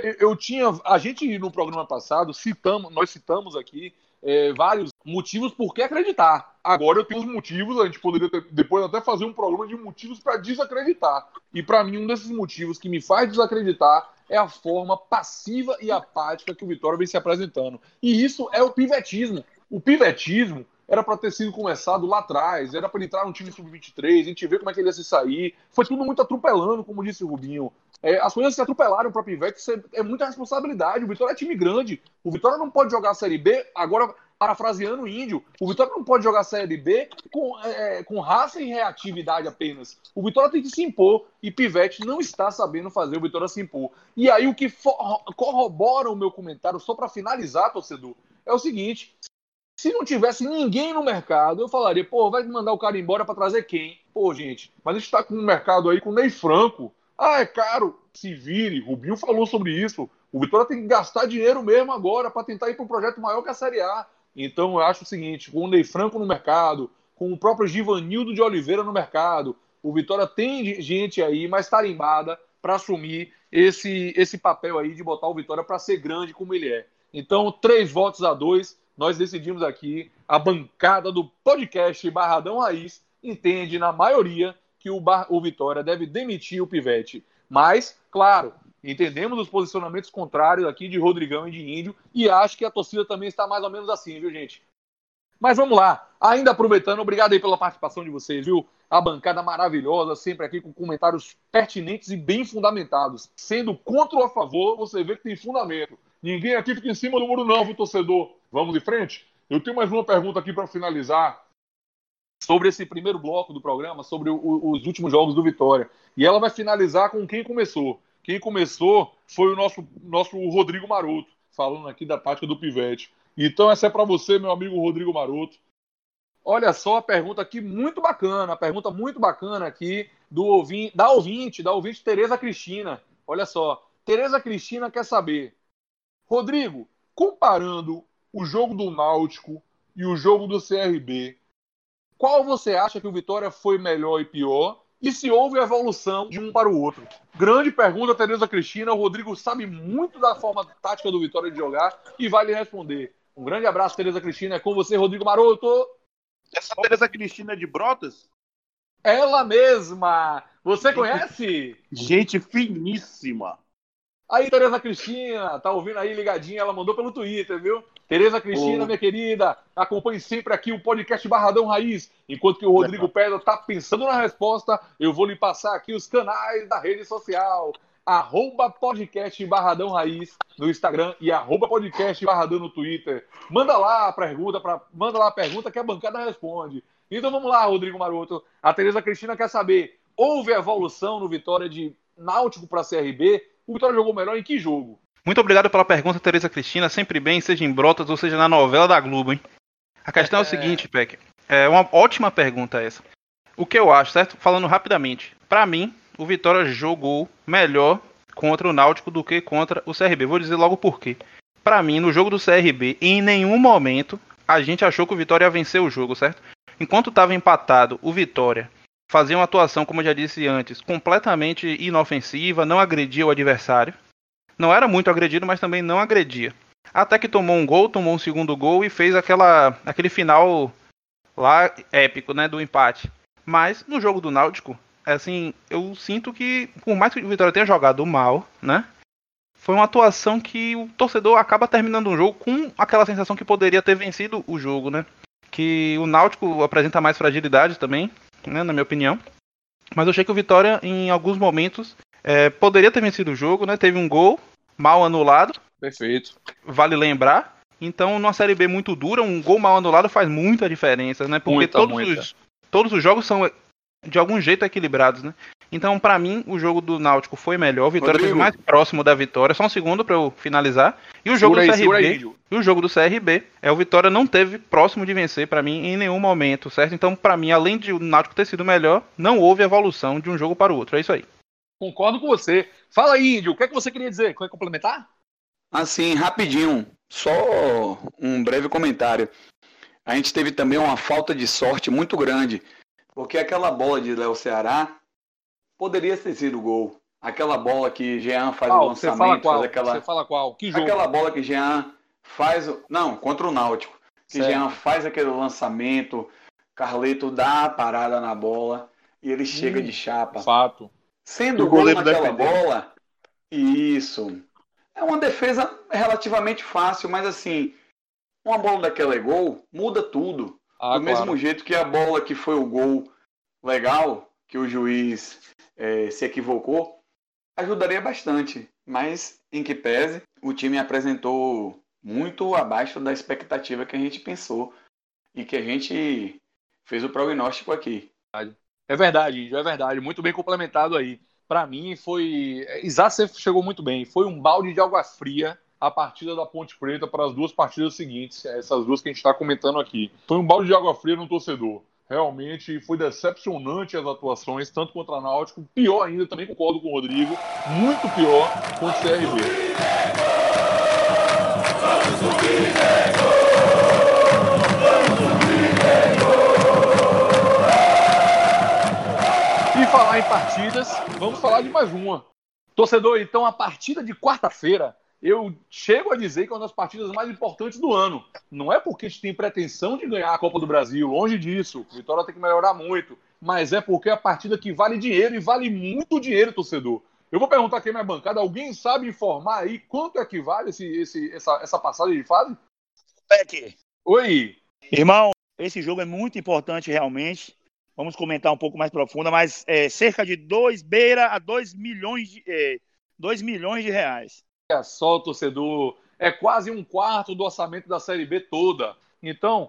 B: A gente no programa passado nós citamos aqui vários motivos por que acreditar. Agora eu tenho os motivos, a gente poderia depois até fazer um programa de motivos para desacreditar. E para mim um desses motivos que me faz desacreditar é a forma passiva e apática que o Vitória vem se apresentando. E isso é o pivetismo. O pivetismo era para ter sido começado lá atrás, era para ele entrar no time sub-23, a gente vê como é que ele ia se sair. Foi tudo muito atropelando, como disse o Rubinho. As coisas se atropelaram para o Pivete, isso é muita responsabilidade. O Vitória é time grande. O Vitória não pode jogar a Série B, agora, parafraseando o Índio, o Vitória não pode jogar a Série B com raça e reatividade apenas. O Vitória tem que se impor e Pivete não está sabendo fazer o Vitória se impor. E aí o que corrobora o meu comentário, só para finalizar, torcedor, é o seguinte: se não tivesse ninguém no mercado, eu falaria, pô, vai mandar o cara embora para trazer quem? Pô, gente, mas a gente tá com um mercado aí com o Ney Franco. Ah, é caro. Se vire. Rubinho falou sobre isso. O Vitória tem que gastar dinheiro mesmo agora para tentar ir para um projeto maior que a Série A. Então eu acho o seguinte, com o Ney Franco no mercado, com o próprio Givanildo de Oliveira no mercado, o Vitória tem gente aí mais tarimbada para assumir esse papel aí de botar o Vitória para ser grande como ele é. Então, 3-2, nós decidimos aqui, a bancada do podcast Barradão Raiz entende, na maioria, que o Vitória deve demitir o Pivete. Mas, claro, entendemos os posicionamentos contrários aqui de Rodrigão e de Índio e acho que a torcida também está mais ou menos assim, viu, gente? Mas vamos lá. Ainda aproveitando, obrigado aí pela participação de vocês, viu? A bancada maravilhosa, sempre aqui com comentários pertinentes e bem fundamentados. Sendo contra ou a favor, você vê que tem fundamento. Ninguém aqui fica em cima do muro não, viu, torcedor? Vamos de frente? Eu tenho mais uma pergunta aqui para finalizar sobre esse primeiro bloco do programa, sobre os últimos jogos do Vitória. E ela vai finalizar com quem começou. Quem começou foi o nosso Rodrigo Maroto, falando aqui da tática do Pivete. Então essa é para você, meu amigo Rodrigo Maroto. Olha só a pergunta aqui muito bacana aqui da ouvinte Tereza Cristina. Olha só, Tereza Cristina quer saber, Rodrigo, comparando o jogo do Náutico e o jogo do CRB, qual você acha que o Vitória foi melhor e pior? E se houve evolução de um para o outro? Grande pergunta, Tereza Cristina. O Rodrigo sabe muito da forma tática do Vitória de jogar e vai lhe responder. Um grande abraço, Tereza Cristina. É com você, Rodrigo Maroto.
D: Essa Tereza Cristina é de Brotas?
B: Ela mesma. Você conhece?
D: Gente finíssima.
B: Aí, Tereza Cristina, tá ouvindo aí ligadinha? Ela mandou pelo Twitter, viu? Tereza Cristina, minha querida, acompanhe sempre aqui o podcast Barradão Raiz. Enquanto que o Rodrigo Pedra tá pensando na resposta, eu vou lhe passar aqui os canais da rede social. @podcast Barradão Raiz no Instagram e @podcast Barradão no Twitter. Manda lá a pergunta que a bancada responde. Então vamos lá, Rodrigo Maroto. A Tereza Cristina quer saber, houve evolução no Vitória de Náutico para CRB? O Vitória jogou melhor em que jogo?
C: Muito obrigado pela pergunta, Tereza Cristina. Sempre bem, seja em Brotas ou seja na novela da Globo, hein? A questão é o seguinte, Peck. É uma ótima pergunta essa. O que eu acho, certo? Falando rapidamente. Pra mim, o Vitória jogou melhor contra o Náutico do que contra o CRB. Vou dizer logo por quê. Pra mim, no jogo do CRB, em nenhum momento a gente achou que o Vitória ia vencer o jogo, certo? Enquanto estava empatado, o Vitória fazia uma atuação, como eu já disse antes, completamente inofensiva, não agredia o adversário. Não era muito agredido, mas também não agredia. Até que tomou um gol, tomou um segundo gol e fez aquele final lá épico, né, do empate. Mas no jogo do Náutico, assim, eu sinto que, por mais que o Vitória tenha jogado mal, né, foi uma atuação que o torcedor acaba terminando um jogo com aquela sensação que poderia ter vencido o jogo, né. Que o Náutico apresenta mais fragilidade também, né, na minha opinião. Mas eu achei que o Vitória, em alguns momentos, poderia ter vencido o jogo, né? Teve um gol mal anulado.
B: Perfeito.
C: Vale lembrar. Então, numa Série B muito dura, um gol mal anulado faz muita diferença, né? Porque todos os jogos são, de algum jeito, equilibrados, né? Então, pra mim, o jogo do Náutico foi melhor. O Vitória esteve mais próximo da vitória. Só um segundo pra eu finalizar. E o jogo do CRB, o Vitória não teve próximo de vencer, pra mim, em nenhum momento, certo? Então, pra mim, além de o Náutico ter sido melhor, não houve evolução de um jogo para o outro. É isso aí.
B: Concordo com você. Fala aí, Índio, o que é que você queria dizer? Quer complementar?
E: Assim, rapidinho, só um breve comentário. a gente teve também uma falta de sorte muito grande, porque aquela bola de Léo Ceará poderia ter sido gol. Aquela bola que Jean faz o lançamento,
B: Você fala qual? Que jogo?
E: Aquela bola que Jean faz, não, contra o Náutico, que
B: Certo.
E: Jean faz aquele lançamento, Carleto dá a parada na bola e ele chega de chapa.
B: Fato.
E: Sendo
D: O
E: gol
D: goleiro
E: naquela
D: defendeu.
E: bola, isso. É uma defesa relativamente fácil, mas assim, uma bola daquela é gol, muda tudo. Do mesmo jeito que a bola que foi o gol legal, que o juiz se equivocou, ajudaria bastante. Mas, em que pese, o time apresentou muito abaixo da expectativa que a gente pensou e que a gente fez o prognóstico aqui.
B: É verdade, Índio, é verdade. Muito bem complementado aí. Pra mim foi... Exato, você chegou muito bem. Foi um balde de água fria a partida da Ponte Preta para as duas partidas seguintes. Essas duas que a gente está comentando aqui. Foi um balde de água fria no torcedor. Realmente foi decepcionante as atuações, tanto contra a Náutico, pior ainda, também concordo com o Rodrigo, muito pior contra o CRB. E falar em partidas, vamos falar de mais uma. Torcedor, então a partida de quarta-feira, eu chego a dizer que é uma das partidas mais importantes do ano. Não é porque a gente tem pretensão de ganhar a Copa do Brasil, longe disso. O Vitória tem que melhorar muito. Mas é porque é a partida que vale dinheiro e vale muito dinheiro, torcedor. Eu vou perguntar aqui na minha bancada, alguém sabe informar aí quanto é que vale essa passagem de fase?
F: Peck,
B: Oi.
F: irmão, esse jogo é muito importante realmente. Vamos comentar um pouco mais profunda, mas cerca de 2 milhões de reais.
B: É só, torcedor, é quase um quarto do orçamento da Série B toda. Então,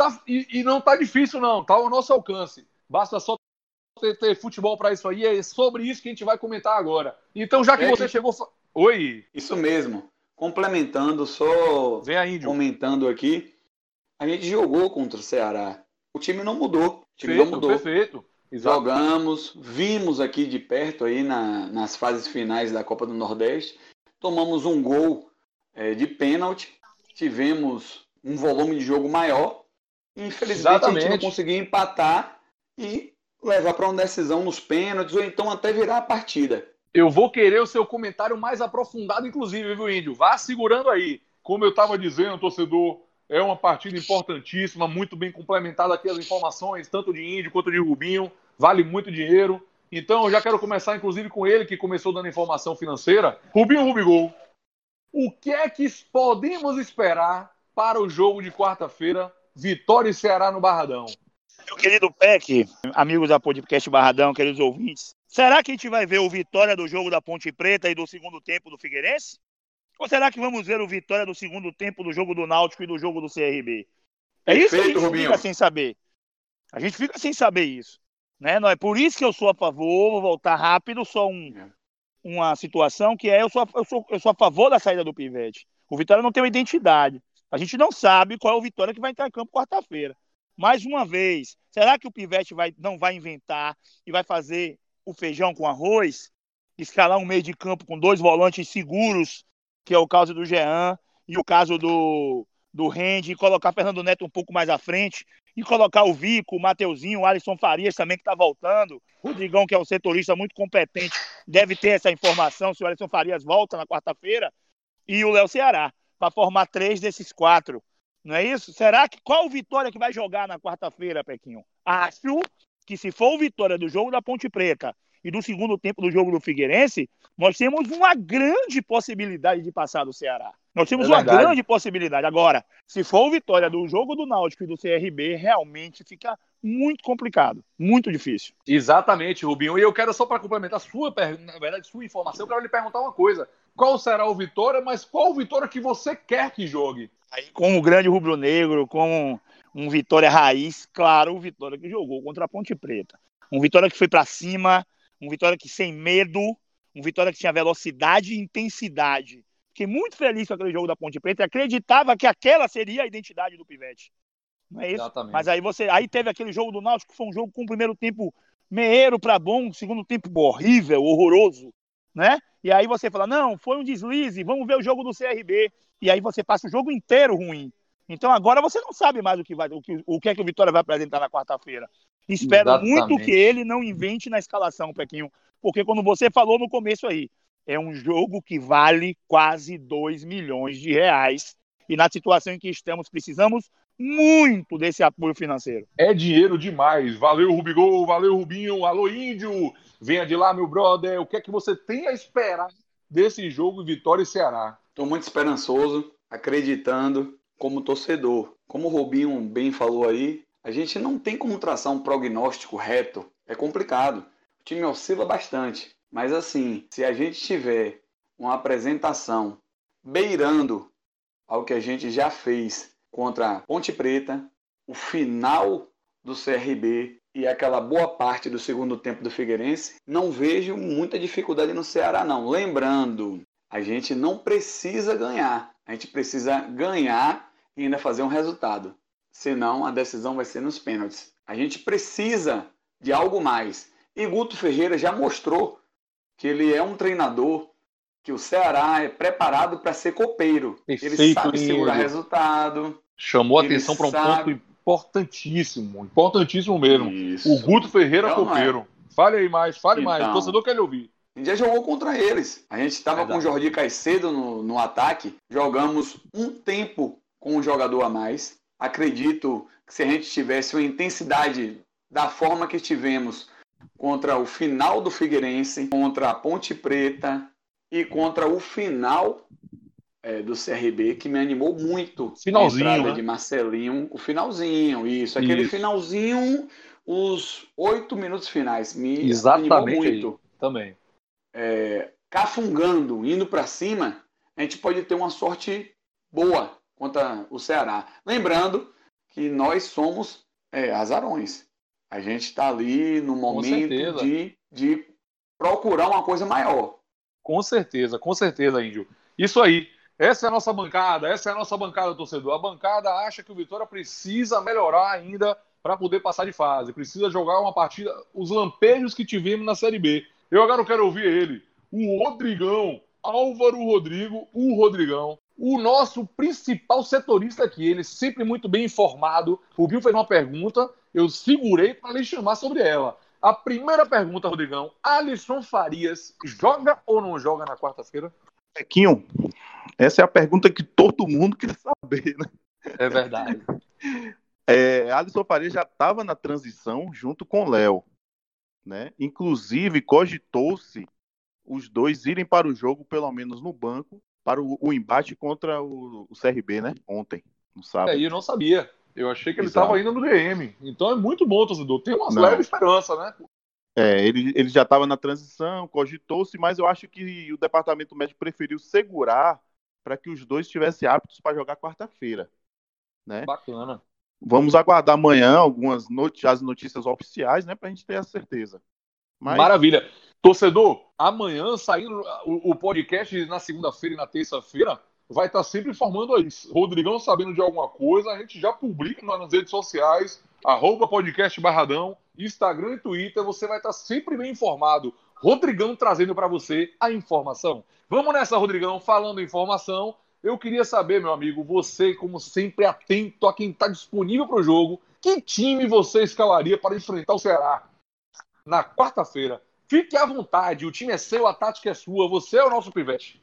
B: e não tá difícil não, tá ao nosso alcance. Basta só ter futebol para isso aí, é sobre isso que a gente vai comentar agora. Então, já que você chegou... Oi.
E: Isso mesmo. Complementando, só
B: Vem aí, Índio.
E: comentando aqui, a gente jogou contra o Ceará. O time não mudou. O time não mudou.
B: Perfeito. Exato.
E: Jogamos, vimos aqui de perto aí nas fases finais da Copa do Nordeste. Tomamos um gol de pênalti. Tivemos um volume de jogo maior. Infelizmente, a gente não conseguiu empatar e levar para uma decisão nos pênaltis ou então até virar a partida.
B: Eu vou querer o seu comentário mais aprofundado, inclusive, viu, Índio? Vá segurando aí. Como eu estava dizendo, torcedor, é uma partida importantíssima, muito bem complementada aqui as informações, tanto de Índio quanto de Rubinho. Vale muito dinheiro. Então, eu já quero começar, inclusive, com ele, que começou dando informação financeira. Rubinho Rubigol, o que é que podemos esperar para o jogo de quarta-feira, Vitória e Ceará no Barradão?
F: Meu querido Peck, amigos da Podcast Barradão, queridos ouvintes, será que a gente vai ver o Vitória do jogo da Ponte Preta e do segundo tempo do Figueirense? Ou será que vamos ver o Vitória do segundo tempo do jogo do Náutico e do jogo do CRB? É isso que a gente fica sem saber. A gente fica sem saber isso. Né? Não é por isso que eu sou a favor, vou voltar rápido, só uma situação que eu sou a favor da saída do Pivete. O Vitória não tem uma identidade. A gente não sabe qual é o Vitória que vai entrar em campo quarta-feira. Mais uma vez, será que o Pivete não vai inventar e vai fazer o feijão com arroz? Escalar um meio de campo com 2 volantes seguros, que é o caso do Jean e o caso do Rende, e colocar Fernando Neto um pouco mais à frente, e colocar o Vico, o Mateuzinho, o Alisson Farias também, que está voltando. O Rodrigão, que é um setorista muito competente, deve ter essa informação se o Alisson Farias volta na quarta-feira, e o Léo Ceará, para formar 3 desses 4. Não é isso? Será que qual o Vitória que vai jogar na quarta-feira, Pequinho? Acho que se for o Vitória do jogo da Ponte Preta e do segundo tempo do jogo do Figueirense, nós temos uma grande possibilidade de passar do Ceará. Nós temos uma grande possibilidade. Agora, se for o Vitória do jogo do Náutico e do CRB, realmente fica muito complicado, muito difícil.
B: Exatamente, Rubinho. E eu quero só para complementar sua informação, eu quero lhe perguntar uma coisa. Qual será o Vitória, mas qual o Vitória que você quer que jogue?
F: Aí, com o grande rubro-negro, com um Vitória raiz, claro, o Vitória que jogou contra a Ponte Preta. Um Vitória que foi para cima, um Vitória que sem medo, um Vitória que tinha velocidade e intensidade. Fiquei muito feliz com aquele jogo da Ponte Preta e acreditava que aquela seria a identidade do Pivete. Não é isso?
B: Exatamente.
F: Mas aí teve aquele jogo do Náutico, que foi um jogo com o primeiro tempo meio para bom, segundo tempo horrível, horroroso, né? E aí você fala, não, foi um deslize, vamos ver o jogo do CRB. E aí você passa o jogo inteiro ruim. Então agora você não sabe mais o que é que o Vitória vai apresentar na quarta-feira. Espero muito que ele não invente na escalação, Pequinho, porque como você falou no começo aí, é um jogo que vale quase 2 milhões de reais e na situação em que estamos, precisamos muito desse apoio financeiro.
B: É dinheiro demais. Valeu, Rubigol, valeu, Rubinho, alô, Índio, venha de lá, meu brother. O que é que você tem a esperar desse jogo Vitória e Ceará?
E: Estou muito esperançoso, acreditando como torcedor. Como o Rubinho bem falou aí, a gente não tem como traçar um prognóstico reto. É complicado. O time oscila bastante. Mas assim, se a gente tiver uma apresentação beirando ao que a gente já fez contra a Ponte Preta, o final do CRB e aquela boa parte do segundo tempo do Figueirense, não vejo muita dificuldade no Ceará não. Lembrando, a gente não precisa ganhar. A gente precisa ganhar e ainda fazer um resultado. Senão a decisão vai ser nos pênaltis. A gente precisa de algo mais. E Guto Ferreira já mostrou que ele é um treinador, que o Ceará é preparado para ser copeiro.
B: Perfeito,
E: ele sabe segurar resultado.
B: Chamou a atenção para um ponto importantíssimo mesmo. Isso. O Guto Ferreira copeiro. Fale aí mais, fale mais. O torcedor quer lhe ouvir.
E: A gente já jogou contra eles. A gente estava com o Jordi Caicedo no ataque. Jogamos um tempo com um jogador a mais. Acredito que se a gente tivesse uma intensidade da forma que tivemos contra o final do Figueirense, contra a Ponte Preta e contra o final do CRB, que me animou muito.
B: Finalzinho,
E: a entrada
B: né?
E: de Marcelinho, o finalzinho, aquele finalzinho, os 8 minutos finais, me animou muito.
B: Aí, também.
E: Cafungando, indo para cima, a gente pode ter uma sorte boa contra o Ceará. Lembrando que nós somos azarões. A gente está ali no momento de procurar uma coisa maior.
B: Com certeza, Índio. Isso aí. Essa é a nossa bancada, torcedor. A bancada acha que o Vitória precisa melhorar ainda para poder passar de fase. Precisa jogar uma partida, os lampejos que tivemos na Série B. Eu agora quero ouvir ele, o Rodrigão, Álvaro Rodrigo, o Rodrigão, o nosso principal setorista aqui, ele sempre muito bem informado. O Rubinho fez uma pergunta, eu segurei para lhe chamar sobre ela. A primeira pergunta, Rodrigão, Alisson Farias joga ou não joga na quarta-feira?
D: Pequinho, essa é a pergunta que todo mundo quer saber, né?
B: É verdade.
D: Alisson Farias já estava na transição junto com o Léo, né? Inclusive, cogitou-se os dois irem para o jogo, pelo menos no banco, para o embate contra o CRB, né? Ontem, no sábado.
B: Eu não sabia. Eu achei que ele estava indo no DM. Então é muito bom, torcedor. Tem uma leve esperança, né?
D: Ele já estava na transição, cogitou-se, mas eu acho que o departamento médico preferiu segurar para que os dois estivessem aptos para jogar quarta-feira, né?
B: Bacana.
D: Vamos aguardar amanhã as notícias oficiais, né, para a gente ter a certeza.
B: Maravilha. Torcedor, amanhã saindo o podcast na segunda-feira e na terça-feira, vai estar sempre informando aí. Rodrigão sabendo de alguma coisa, a gente já publica nas redes sociais, @podcast Barradão, Instagram e Twitter, você vai estar sempre bem informado. Rodrigão trazendo para você a informação. Vamos nessa, Rodrigão, falando em informação. Eu queria saber, meu amigo, você, como sempre, atento a quem está disponível para o jogo, que time você escalaria para enfrentar o Ceará na quarta-feira? Fique à vontade, o time é seu, a tática é sua, você é o nosso pivete.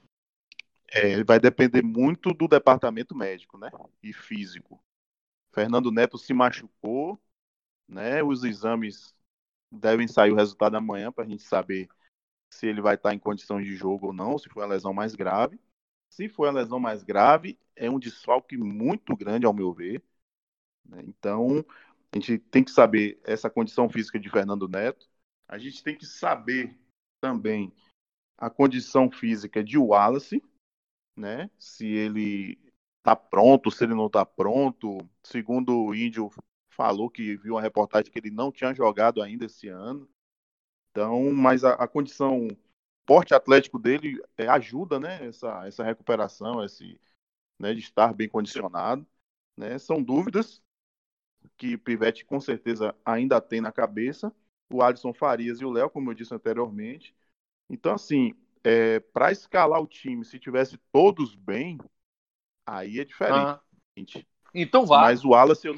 D: Vai depender muito do departamento médico, né? E físico. Fernando Neto se machucou, né? Os exames devem sair o resultado amanhã para a gente saber se ele vai estar em condição de jogo ou não, se for a lesão mais grave. Se for a lesão mais grave, é um desfalque muito grande, ao meu ver, né? Então, a gente tem que saber essa condição física de Fernando Neto. A gente tem que saber também a condição física de Wallace, né? Se ele está pronto, se ele não está pronto. Segundo o Índio falou que viu uma reportagem que ele não tinha jogado ainda esse ano. Então, mas a condição porte atlético dele ajuda, né? Essa recuperação, né, de estar bem condicionado, né? São dúvidas que o Pivete com certeza ainda tem na cabeça. O Alisson Farias e o Léo, como eu disse anteriormente. Então, assim, para escalar o time, se tivesse todos bem, aí é diferente.
B: Então vá.
D: Mas o Wallace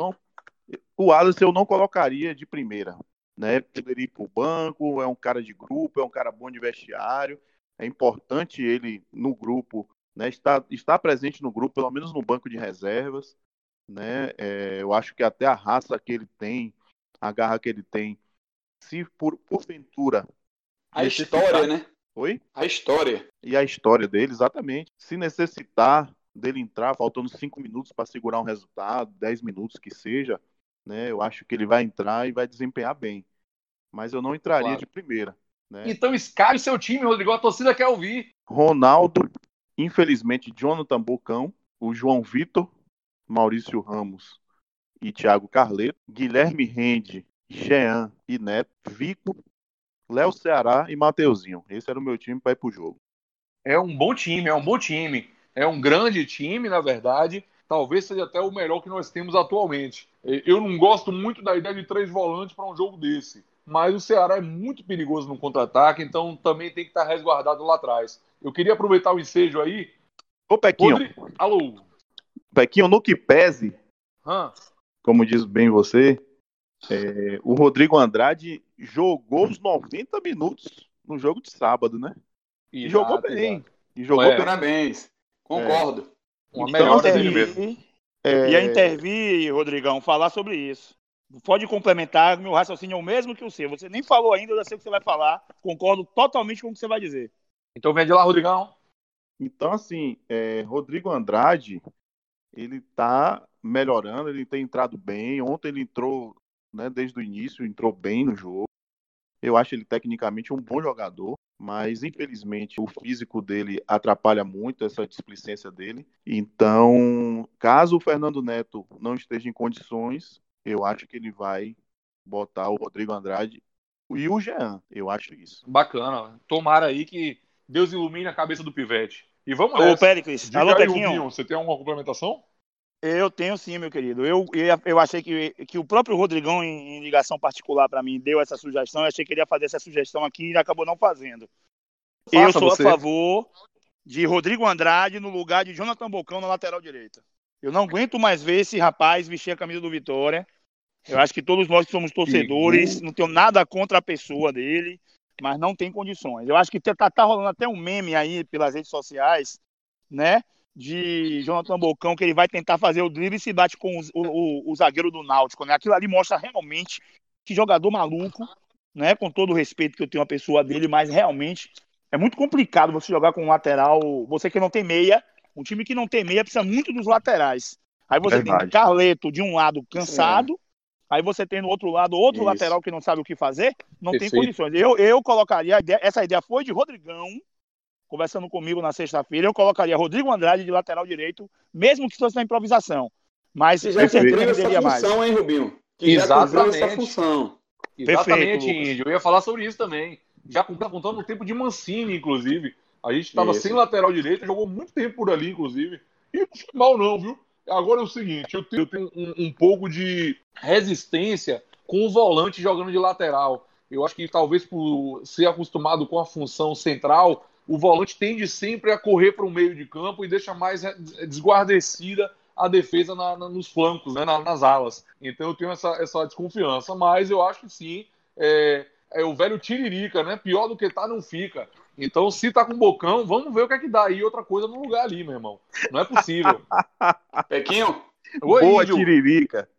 D: eu não colocaria de primeira, né? Poderia ir para o banco, é um cara de grupo, é um cara bom de vestiário. É importante ele no grupo, né? Estar presente no grupo, pelo menos no banco de reservas, né? Eu acho que até a raça que ele tem, a garra que ele tem, se porventura
E: A história, né?
D: Oi?
E: A história.
D: E a história dele, exatamente. Se necessitar dele entrar, faltando 5 minutos para segurar um resultado, 10 minutos que seja, né? Eu acho que ele vai entrar e vai desempenhar bem. Mas eu não entraria
B: Claro.
D: de primeira, né?
B: Então escale seu time, Rodrigo. A torcida quer ouvir.
D: Ronaldo, infelizmente, Jonathan Bocão, o João Vitor, Maurício Ramos e Thiago Carleto, Guilherme Rende, Jean e Neto, Vico, Léo Ceará e Mateuzinho. Esse era o meu time para ir pro jogo.
B: É um bom time, é um bom time. É um grande time, na verdade. Talvez seja até o melhor que nós temos atualmente. Eu não gosto muito da ideia de 3 volantes para um jogo desse. Mas o Ceará é muito perigoso no contra-ataque, então também tem que estar resguardado lá atrás. Eu queria aproveitar o ensejo aí.
D: Ô, Pequinho.
B: Alô?
D: Pequinho, no que pese,
B: Hã?
D: como diz bem você, o Rodrigo Andrade jogou os 90 minutos no jogo de sábado, né? E jogou bem.
B: Exato.
D: E jogou bem.
E: Parabéns. Concordo.
B: Uma
F: Então,
B: melhora dele mesmo.
F: Ia intervir, Rodrigão, falar sobre isso. Pode complementar, meu raciocínio é o mesmo que o seu. Você nem falou ainda, eu já sei o que você vai falar. Concordo totalmente com o que você vai dizer.
B: Então vem de lá, Rodrigão.
D: Então, assim, Rodrigo Andrade, ele tá melhorando, ele tem entrado bem. Ontem ele entrou, né, desde o início, entrou bem no jogo. Eu acho ele tecnicamente um bom jogador, mas infelizmente o físico dele atrapalha muito essa displicência dele. Então, caso o Fernando Neto não esteja em condições, eu acho que ele vai botar o Rodrigo Andrade e o Jean. Eu acho isso.
B: Bacana. Tomara aí que Deus ilumine a cabeça do Pivete. E vamos
F: Ô,
B: nessa.
F: Péricles,
B: Diga
F: alô,
B: aí,
F: Pequinho.
B: Rubinho, você tem alguma complementação?
F: Eu tenho sim, meu querido. Eu achei que o próprio Rodrigão, em ligação particular para mim, deu essa sugestão. Eu achei que ele ia fazer essa sugestão aqui e ele acabou não fazendo. Eu sou a favor de Rodrigo Andrade no lugar de Jonathan Bocão na lateral direita. Eu não aguento mais ver esse rapaz vestir a camisa do Vitória. Eu acho que todos nós que somos torcedores, não tenho nada contra a pessoa dele, mas não tem condições. Eu acho que tá rolando até um meme aí pelas redes sociais, né? De Jonathan Bocão, que ele vai tentar fazer o drible e se bate com o zagueiro do Náutico, né? Aquilo ali mostra realmente que jogador maluco, né? Com todo o respeito que eu tenho à pessoa dele, mas realmente é muito complicado você jogar com um lateral, você que não tem meia, um time que não tem meia precisa muito dos laterais. Aí você tem Carleto de um lado cansado, aí você tem no outro lado outro lateral que não sabe o que fazer, não tem condições. Eu colocaria, essa ideia foi de Rodrigão, conversando comigo na sexta-feira, eu colocaria Rodrigo Andrade de lateral direito, mesmo que fosse na improvisação. Mas
E: já cumpriu essa função, hein, Rubinho? Que
B: exatamente.
E: Já cumpriu essa função.
B: Exatamente, Índio. Eu ia falar sobre isso também. Já contando no tempo de Mancini, inclusive. A gente estava sem lateral direito, jogou muito tempo por ali, inclusive. E não foi mal, não, viu? Agora é o seguinte, eu tenho um pouco de resistência com o volante jogando de lateral. Eu acho que talvez por ser acostumado com a função central, o volante tende sempre a correr para o meio de campo e deixa mais desguarnecida a defesa nos flancos, né, nas alas. Então eu tenho essa desconfiança, mas eu acho que sim, é o velho tiririca, né? Pior do que tá, não fica. Então, se tá com bocão, vamos ver o que é que dá aí outra coisa no lugar ali, meu irmão. Não é possível.
E: Pequinho?
B: Oi,
D: boa,
B: Índio.
D: Tiririca.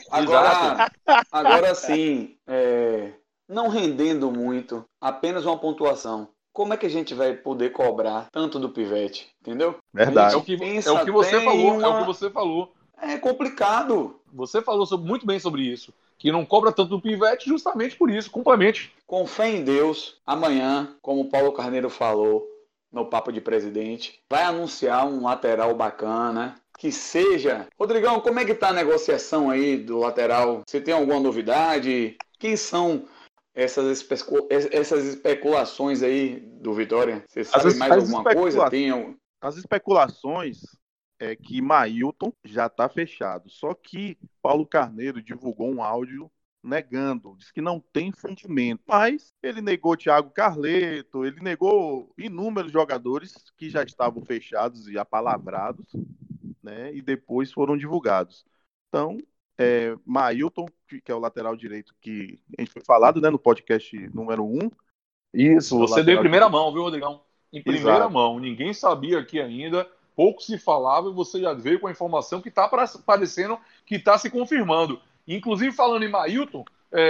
E: Agora sim, não rendendo muito, apenas uma pontuação. Como é que a gente vai poder cobrar tanto do Pivete? Entendeu?
D: Verdade.
B: É o que você falou. É o que você falou.
E: É complicado.
B: Você falou muito bem sobre isso. Que não cobra tanto do Pivete justamente por isso. Complemente.
E: Com fé em Deus, amanhã, como o Paulo Carneiro falou no Papo de Presidente, vai anunciar um lateral bacana. Que seja. Rodrigão, como é que tá a negociação aí do lateral? Você tem alguma novidade? Quem são essas especulações aí do Vitória? Você sabe mais alguma coisa?
D: As especulações é que Mailton já está fechado. Só que Paulo Carneiro divulgou um áudio negando, diz que não tem fundamento. Mas ele negou Thiago Carleto, ele negou inúmeros jogadores que já estavam fechados e apalavrados, né? E depois foram divulgados. Então, Mailton, que é o lateral direito que a gente foi falado, né, no podcast número 1.
B: Isso, você deu em primeira
D: direito.
B: mão, viu, Rodrigão? Em primeira
D: Exato.
B: mão. Ninguém sabia aqui ainda, pouco se falava e você já veio com a informação que está parecendo que está se confirmando. Inclusive, falando em Mailton,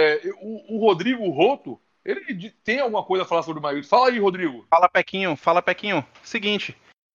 B: o Rodrigo Roto, ele tem alguma coisa a falar sobre o Mailton? Fala aí, Rodrigo.
C: Fala, Pequinho. Seguinte,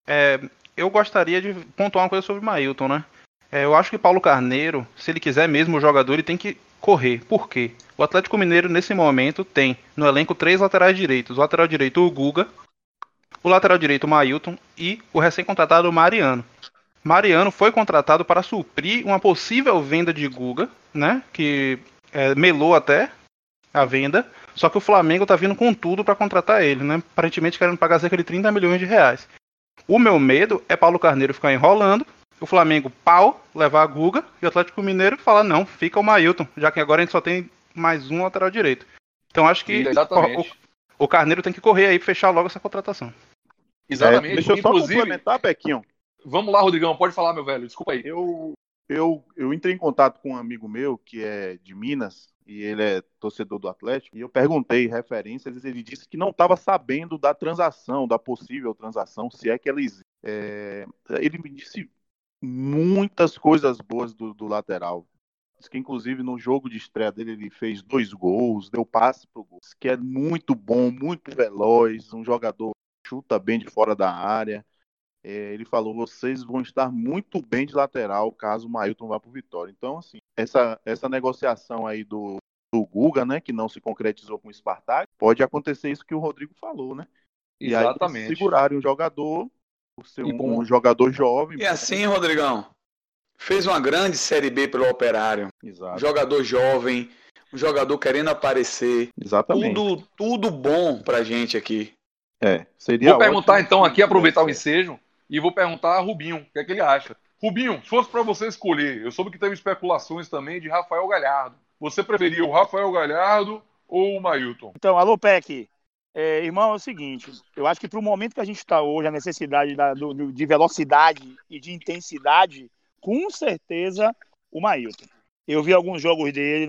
C: eu gostaria de pontuar uma coisa sobre o Mailton, né? Eu acho que Paulo Carneiro, se ele quiser mesmo o jogador, ele tem que correr. Por quê? O Atlético Mineiro, nesse momento, tem no elenco 3 laterais direitos. O lateral direito, o Guga. O lateral direito, o Mailton. E o recém-contratado, o Mariano. Mariano foi contratado para suprir uma possível venda de Guga, né? Que melou até a venda. Só que o Flamengo tá vindo com tudo para contratar ele, né? Aparentemente querendo pagar cerca de 30 milhões de reais. O meu medo é Paulo Carneiro ficar enrolando, o Flamengo levar a Guga, e o Atlético Mineiro falar, não, fica o Mailton, já que agora a gente só tem mais um lateral direito. Então acho que o Carneiro tem que correr aí e fechar logo essa contratação.
B: Exatamente.
D: Deixa eu só complementar, Pequinho.
B: Vamos lá, Rodrigão, pode falar, meu velho, desculpa aí.
D: Eu entrei em contato com um amigo meu que é de Minas, e ele é torcedor do Atlético, e eu perguntei referências, e ele disse que não estava sabendo da transação, da possível transação, se é que ela existe. Ele me disse muitas coisas boas do lateral. Diz que, inclusive, no jogo de estreia dele, ele fez 2 gols, deu passe pro gol. Diz que é muito bom, muito veloz, um jogador que chuta bem de fora da área. Ele falou, vocês vão estar muito bem de lateral caso o Mailton vá pro Vitória. Então, assim, essa negociação aí do Guga, né, que não se concretizou com o Spartak, pode acontecer isso que o Rodrigo falou, né?
B: Exatamente.
D: E aí segurarem o jogador, por ser um jogador jovem.
E: E assim, Rodrigão, fez uma grande Série B pelo Operário.
D: Exato.
E: Jogador jovem, um jogador querendo aparecer.
D: Exatamente.
E: Tudo bom pra gente aqui.
D: Seria
B: Vou perguntar então aqui, aproveitar o ensejo, e vou perguntar a Rubinho, o que é que ele acha. Rubinho, se fosse para você escolher, eu soube que teve especulações também de Rafael Galhardo. Você preferia o Rafael Galhardo ou o Mailton?
F: Então, alô, Peck. Irmão, é o seguinte, eu acho que para o momento que a gente está hoje, a necessidade de velocidade e de intensidade, com certeza o Mailton. Eu vi alguns jogos dele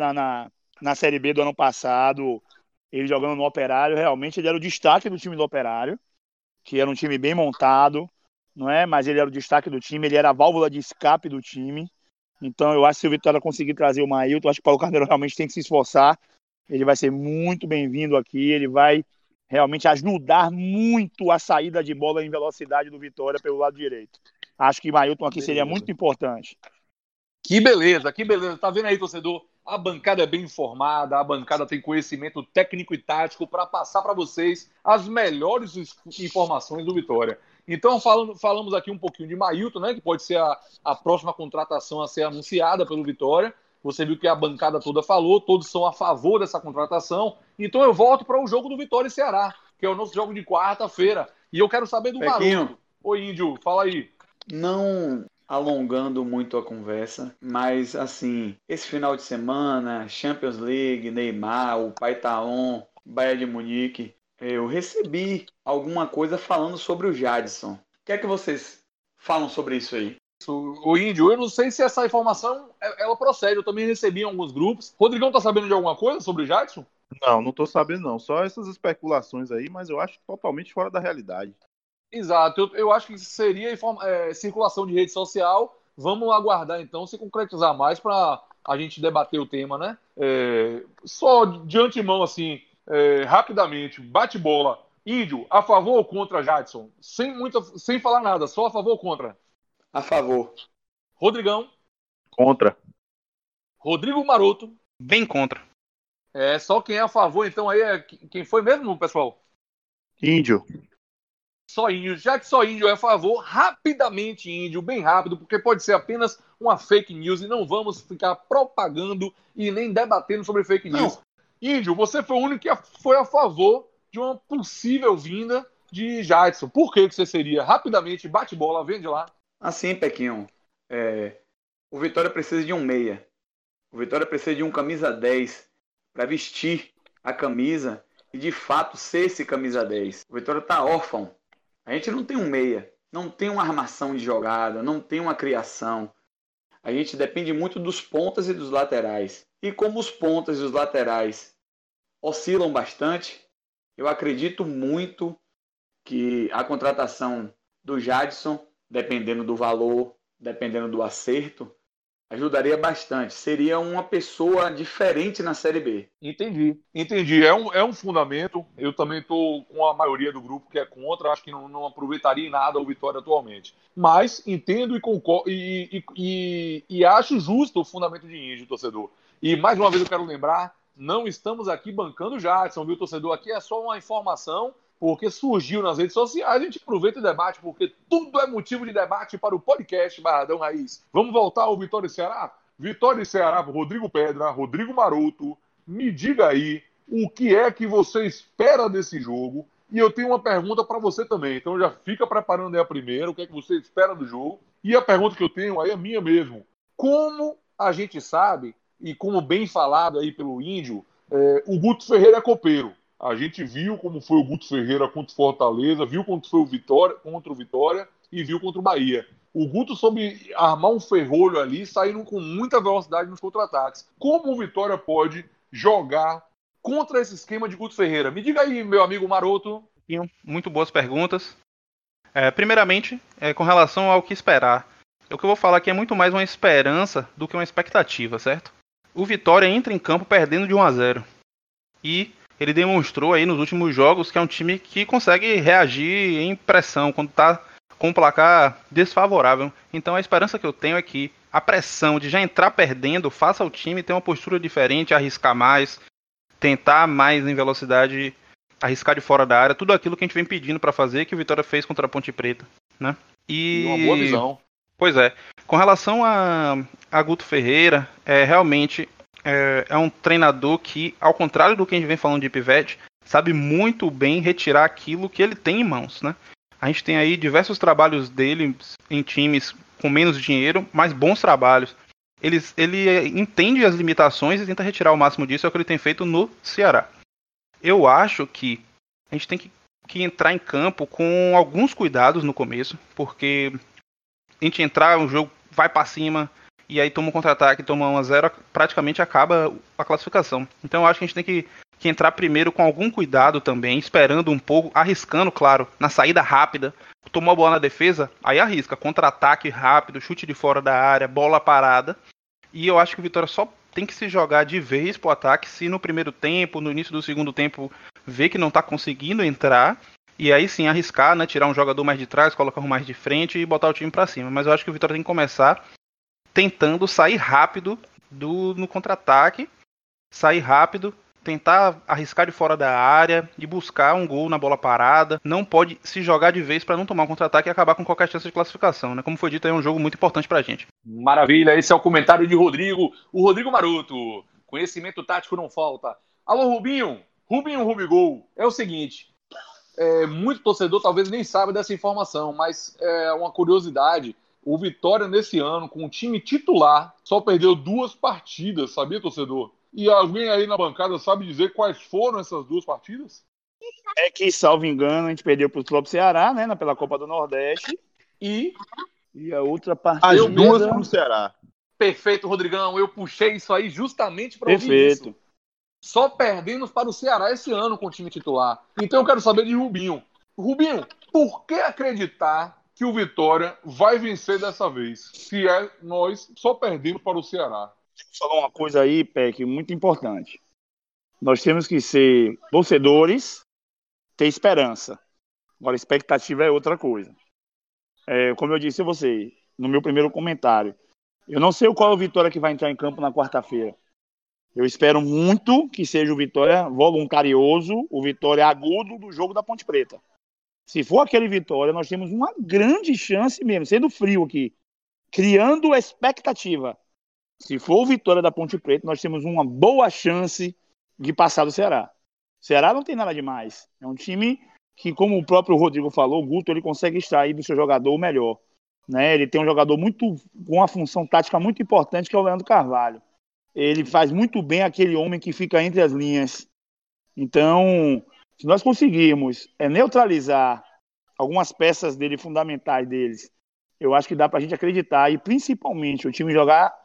F: na Série B do ano passado, ele jogando no Operário, realmente ele era o destaque do time do Operário, que era um time bem montado, não é? Mas ele era o destaque do time, ele era a válvula de escape do time. Então eu acho que se o Vitória conseguir trazer o Mailton, acho que o Paulo Carneiro realmente tem que se esforçar. Ele vai ser muito bem-vindo aqui, ele vai realmente ajudar muito a saída de bola em velocidade do Vitória pelo lado direito. Acho que o Mailton aqui seria muito importante.
B: Que beleza, que beleza. Tá vendo aí, torcedor? A bancada é bem informada, a bancada tem conhecimento técnico e tático para passar para vocês as melhores informações do Vitória. Então, falamos aqui um pouquinho de Mailton, né, que pode ser a próxima contratação a ser anunciada pelo Vitória. Você viu que a bancada toda falou, todos são a favor dessa contratação. Então eu volto para o jogo do Vitória e Ceará, que é o nosso jogo de quarta-feira. E eu quero saber do Maroto. Ô, Índio, fala aí.
E: Não alongando muito a conversa, mas assim, esse final de semana, Champions League, Neymar, o Paitaon, Bayern de Munique, eu recebi alguma coisa falando sobre o Jadson. O que é que vocês falam sobre isso aí?
B: O Índio, eu não sei se essa informação ela procede, eu também recebi em alguns grupos. Rodrigão tá sabendo de alguma coisa sobre o Jadson?
D: Não tô sabendo não, só essas especulações aí, mas eu acho totalmente fora da realidade.
B: Exato, eu acho que seria circulação de rede social. Vamos aguardar então se concretizar mais para a gente debater o tema, né? Só de antemão, assim, rapidamente, bate-bola. Índio, a favor ou contra Jadson? Sem falar nada, só a favor ou contra?
E: A favor.
B: Rodrigão?
D: Contra.
B: Rodrigo Maroto?
C: Bem contra.
B: Só quem é a favor, então, aí quem foi mesmo, pessoal?
D: Índio.
B: Só Índio. Já que só Índio é a favor, rapidamente, Índio, bem rápido, porque pode ser apenas uma fake news e não vamos ficar propagando e nem debatendo sobre fake news. Não. Índio, você foi o único que foi a favor de uma possível vinda de Jadson. Por que você seria? Rapidamente, bate bola, vende lá.
E: Assim, Pequinho, o Vitória precisa de um meia. O Vitória precisa de um camisa 10 para vestir a camisa e de fato ser esse camisa 10. O Vitória está órfão. A gente não tem um meia, não tem uma armação de jogada, não tem uma criação. a gente depende muito dos pontas e dos laterais. E como os pontas e os laterais oscilam bastante, eu acredito muito que a contratação do Jadson, dependendo do valor, dependendo do acerto, ajudaria bastante. Seria uma pessoa diferente na Série B.
B: Entendi. É um fundamento. Eu também estou com a maioria do grupo que é contra. Acho que não aproveitaria em nada o Vitória atualmente. Mas entendo e concordo e acho justo o fundamento de Índio, torcedor. E mais uma vez eu quero lembrar, não estamos aqui bancando o Jadson, viu, torcedor? Aqui é só uma informação, porque surgiu nas redes sociais, a gente aproveita o debate, porque tudo é motivo de debate para o podcast Barradão Raiz. Vamos voltar ao Vitória e Ceará? Vitória e Ceará, Rodrigo Pedra, Rodrigo Maroto, me diga aí o que é que você espera desse jogo. E eu tenho uma pergunta para você também, então já fica preparando aí a primeira, o que é que você espera do jogo. E a pergunta que eu tenho aí é minha mesmo. Como a gente sabe, e como bem falado aí pelo Índio, o Guto Ferreira é copeiro. A gente viu como foi o Guto Ferreira contra o Fortaleza, viu como foi contra o Vitória e viu contra o Bahia. O Guto soube armar um ferrolho ali, saindo com muita velocidade nos contra-ataques. Como o Vitória pode jogar contra esse esquema de Guto Ferreira? Me diga aí, meu amigo Maroto.
C: Muito boas perguntas. Primeiramente, com relação ao que esperar. O que eu vou falar aqui é muito mais uma esperança do que uma expectativa, certo? O Vitória entra em campo perdendo de 1-0. E ele demonstrou aí nos últimos jogos que é um time que consegue reagir em pressão quando está com um placar desfavorável. Então a esperança que eu tenho é que a pressão de já entrar perdendo faça o time ter uma postura diferente, arriscar mais, tentar mais em velocidade, arriscar de fora da área, tudo aquilo que a gente vem pedindo para fazer, que o Vitória fez contra a Ponte Preta, né?
B: E uma boa visão.
C: Pois é. Com relação a Guto Ferreira, realmente é um treinador que, ao contrário do que a gente vem falando de Pivete, sabe muito bem retirar aquilo que ele tem em mãos, né? A gente tem aí diversos trabalhos dele em times com menos dinheiro, mas bons trabalhos. Ele entende as limitações e tenta retirar o máximo disso, é o que ele tem feito no Ceará. Eu acho que a gente tem que entrar em campo com alguns cuidados no começo, porque a gente entrar, o jogo vai para cima e aí toma um contra-ataque, toma 1-0, praticamente acaba a classificação. Então eu acho que a gente tem que entrar primeiro com algum cuidado também, esperando um pouco, arriscando, claro, na saída rápida. Tomou a bola na defesa, aí arrisca, contra-ataque rápido, chute de fora da área, bola parada. E eu acho que o Vitória só tem que se jogar de vez pro ataque se no primeiro tempo, no início do segundo tempo, ver que não tá conseguindo entrar. E aí sim arriscar, né, tirar um jogador mais de trás, colocar um mais de frente e botar o time pra cima. Mas eu acho que o Vitória tem que começar tentando sair rápido no contra-ataque, sair rápido, tentar arriscar de fora da área e buscar um gol na bola parada. Não pode se jogar de vez para não tomar um contra-ataque e acabar com qualquer chance de classificação, né? Como foi dito, é um jogo muito importante pra gente.
B: Maravilha, esse é o comentário de Rodrigo, o Rodrigo Maroto. Conhecimento tático não falta. Alô, Rubinho Rubigol. É o seguinte, muito torcedor talvez nem saiba dessa informação, mas é uma curiosidade. O Vitória nesse ano, com o time titular, só perdeu 2 partidas, sabia, torcedor? E alguém aí na bancada sabe dizer quais foram essas 2 partidas?
F: É que, salvo engano, a gente perdeu pro próprio Ceará, né, pela Copa do Nordeste.
B: E
F: a outra partida...
D: As 2 pro Ceará.
B: Perfeito, Rodrigão. Eu puxei isso aí justamente para ouvir
F: Perfeito.
B: isso. Só perdemos para o Ceará esse ano com o time titular. Então eu quero saber de Rubinho. Rubinho, por que acreditar que o Vitória vai vencer dessa vez? Se nós só perdemos para o Ceará.
F: Vou falar uma coisa aí, Peck, muito importante. Nós temos que ser torcedores, ter esperança. Agora, expectativa é outra coisa. Como eu disse a você, no meu primeiro comentário, eu não sei qual é o Vitória que vai entrar em campo na quarta-feira. Eu espero muito que seja o Vitória voluntarioso, o Vitória agudo do jogo da Ponte Preta. Se for aquele Vitória, nós temos uma grande chance mesmo, sendo frio aqui, criando expectativa. Se for o Vitória da Ponte Preta, nós temos uma boa chance de passar do Ceará. O Ceará não tem nada demais. É um time que, como o próprio Rodrigo falou, o Guto ele consegue extrair do seu jogador o melhor. Né? Ele tem um jogador com uma função tática muito importante, que é o Leandro Carvalho. Ele faz muito bem aquele homem que fica entre as linhas. Então, se nós conseguirmos neutralizar algumas peças dele, fundamentais deles, eu acho que dá pra gente acreditar, e principalmente o time jogar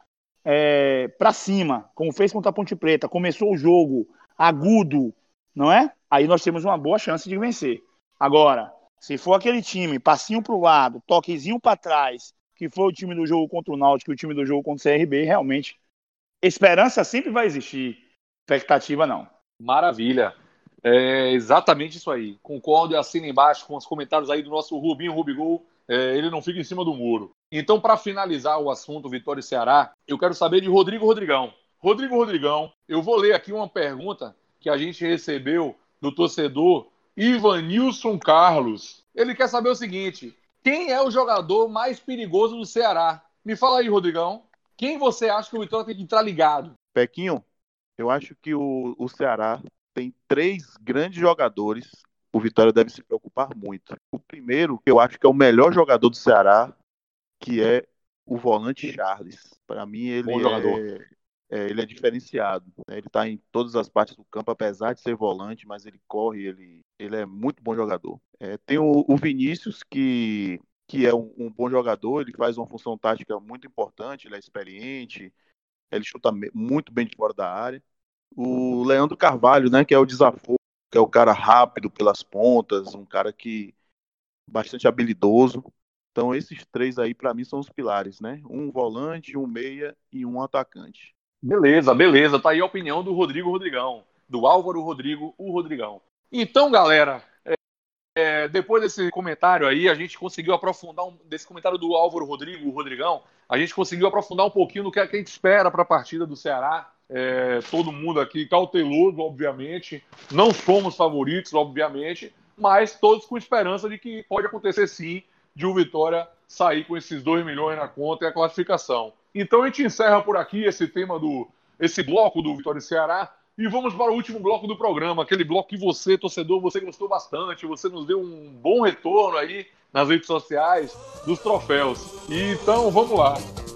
F: pra cima, como fez contra a Ponte Preta, começou o jogo agudo, não é? Aí nós temos uma boa chance de vencer. Agora, se for aquele time, passinho pro lado, toquezinho pra trás, que foi o time do jogo contra o Náutico e o time do jogo contra o CRB, realmente, esperança sempre vai existir, expectativa não.
B: Maravilha. É exatamente isso aí. Concordo e assino embaixo com os comentários aí do nosso Rubinho Rubigol. Ele não fica em cima do muro. Então, para finalizar o assunto Vitória e Ceará, eu quero saber de Rodrigo Rodrigão. Rodrigo Rodrigão, eu vou ler aqui uma pergunta que a gente recebeu do torcedor Ivanilson Carlos. Ele quer saber o seguinte: quem é o jogador mais perigoso do Ceará? Me fala aí, Rodrigão. Quem você acha que o Vitória tem que entrar ligado?
D: Pequinho, eu acho que o Ceará tem 3 grandes jogadores. O Vitória deve se preocupar muito. O primeiro, que eu acho que é o melhor jogador do Ceará, que é o volante Charles. Para mim, ele ele é diferenciado, né? Ele está em todas as partes do campo, apesar de ser volante, mas ele corre, ele é muito bom jogador. Tem o Vinícius, que é um bom jogador, ele faz uma função tática muito importante, ele é experiente, ele chuta muito bem de fora da área. O Leandro Carvalho, né, que é o desafio, que é o cara rápido pelas pontas, um cara que bastante habilidoso. Então esses 3 aí para mim são os pilares, né? Um volante, um meia e um atacante.
B: Beleza. Tá aí a opinião do Rodrigo Rodrigão, do Álvaro Rodrigo, o Rodrigão. Então, galera, depois desse comentário aí, a gente conseguiu aprofundar, desse comentário do Álvaro Rodrigo, o Rodrigão, a gente conseguiu aprofundar um pouquinho no que a gente espera para a partida do Ceará. Todo mundo aqui cauteloso, obviamente. Não somos favoritos, obviamente, mas todos com esperança de que pode acontecer sim de o Vitória sair com esses 2 milhões na conta e a classificação. Então a gente encerra por aqui esse bloco do Vitória e Ceará e vamos para o último bloco do programa, aquele bloco que você, torcedor, você gostou bastante, você nos deu um bom retorno aí nas redes sociais dos troféus. Então vamos lá.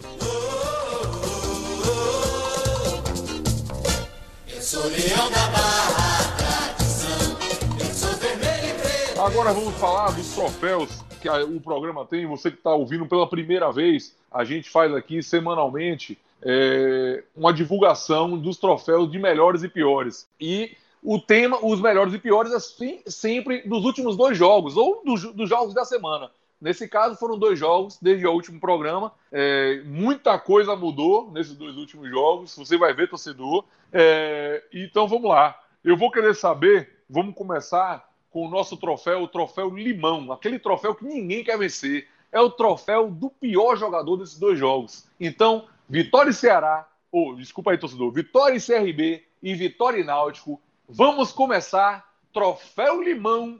G: Sou leão da barra, tradição. Eu sou vermelho e preto.
B: Agora vamos falar dos troféus que o programa tem. Você que está ouvindo pela primeira vez, a gente faz aqui semanalmente uma divulgação dos troféus de melhores e piores. E o tema, os melhores e piores, é sempre dos últimos 2 jogos, ou dos jogos da semana. Nesse caso, foram 2 jogos, desde o último programa. Muita coisa mudou nesses 2 últimos jogos. Você vai ver, torcedor. Então, vamos lá. Eu vou querer saber, vamos começar com o nosso troféu, o troféu Limão. Aquele troféu que ninguém quer vencer. É o troféu do pior jogador desses 2 jogos. Então, Vitória e Ceará, desculpa aí, torcedor, Vitória e CRB e Vitória e Náutico. Vamos começar Troféu Limão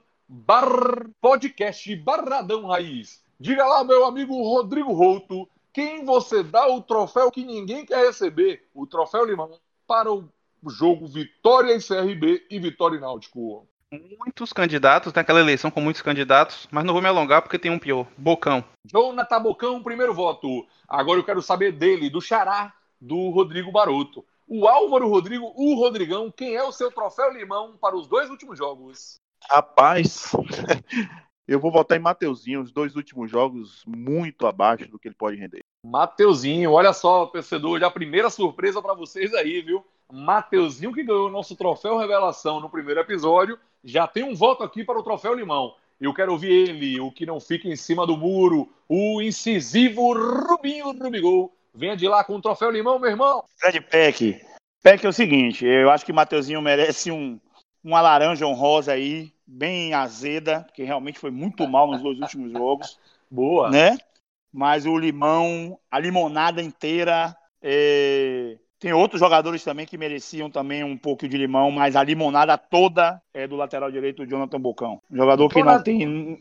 B: podcast Barradão Raiz. Diga lá, meu amigo Rodrigo Routo, quem você dá o troféu que ninguém quer receber, o Troféu Limão, para o jogo Vitória e CRB e Vitória e Náutico?
C: Muitos candidatos, tem aquela eleição com muitos candidatos, mas não vou me alongar porque tem um pior, Bocão.
B: Jonathan Bocão, primeiro voto. Agora eu quero saber dele, do xará, do Rodrigo Baroto. O Álvaro Rodrigo, o Rodrigão, quem é o seu Troféu Limão para os 2 últimos jogos?
D: Rapaz, eu vou votar em Mateuzinho, os 2 últimos jogos muito abaixo do que ele pode render.
B: Mateuzinho, olha só, torcedor, já a primeira surpresa para vocês aí, viu? Mateuzinho, que ganhou o nosso Troféu Revelação no primeiro episódio, já tem um voto aqui para o Troféu Limão. Eu quero ouvir ele, o que não fica em cima do muro, o incisivo Rubinho Rubigol. Venha de lá com o Troféu Limão, meu irmão.
F: Grande Peck. Peck é o seguinte, eu acho que Mateuzinho merece uma laranja honrosa aí, bem azeda, porque realmente foi muito mal nos 2 últimos jogos.
B: Boa.
F: Né? Mas o limão, a limonada inteira, tem outros jogadores também que mereciam também um pouco de limão, mas a limonada toda é do lateral direito, o Jonathan Bocão. Um jogador que não tem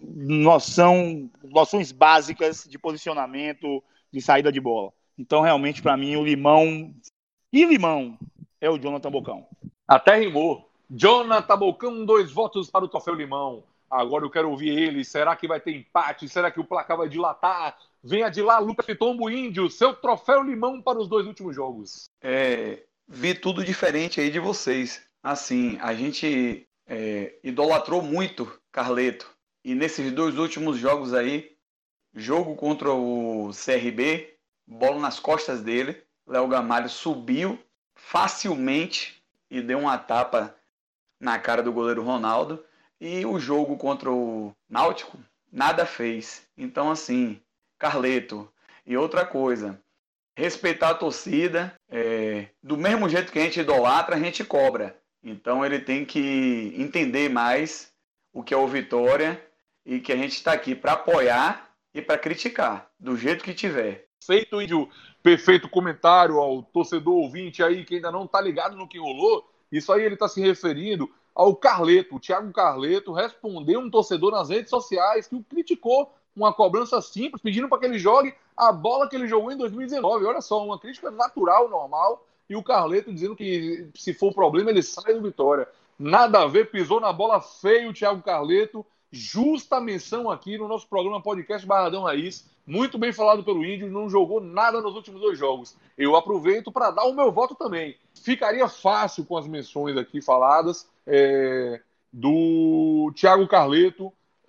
F: noções básicas de posicionamento, de saída de bola. Então, realmente, para mim, o limão é o Jonathan Bocão.
B: Até rimou. Jonathan Bocão, 2 votos para o Troféu Limão. Agora eu quero ouvir ele. Será que vai ter empate? Será que o placar vai dilatar? Venha de lá, Lucas Pitombo Índio, seu Troféu Limão para os 2 últimos jogos.
E: Vi tudo diferente aí de vocês. Assim, a gente idolatrou muito Carleto. E nesses 2 últimos jogos aí, Jogo contra o CRB, bola nas costas dele, Léo Gamalho subiu facilmente e deu uma tapa na cara do goleiro Ronaldo. E o jogo contra o Náutico, nada fez. Então, assim, Carleto. E outra coisa, respeitar a torcida, do mesmo jeito que a gente idolatra, a gente cobra. Então ele tem que entender mais o que é o Vitória e que a gente está aqui para apoiar e para criticar, do jeito que tiver.
B: Feito, Índio, perfeito comentário ao torcedor ouvinte aí que ainda não tá ligado no que rolou. Isso aí ele tá se referindo ao Carleto. O Thiago Carleto respondeu um torcedor nas redes sociais que o criticou, uma cobrança simples, pedindo para que ele jogue a bola que ele jogou em 2019. Olha só, uma crítica natural, normal, e o Carleto dizendo que se for problema ele sai do Vitória. Nada a ver, pisou na bola feio o Thiago Carleto. Justa menção aqui no nosso programa podcast Barradão Raiz. Muito bem falado pelo Índio, não jogou nada nos últimos 2 jogos. Eu aproveito para dar o meu voto também. Ficaria fácil com as menções aqui faladas do Thiago Carleto,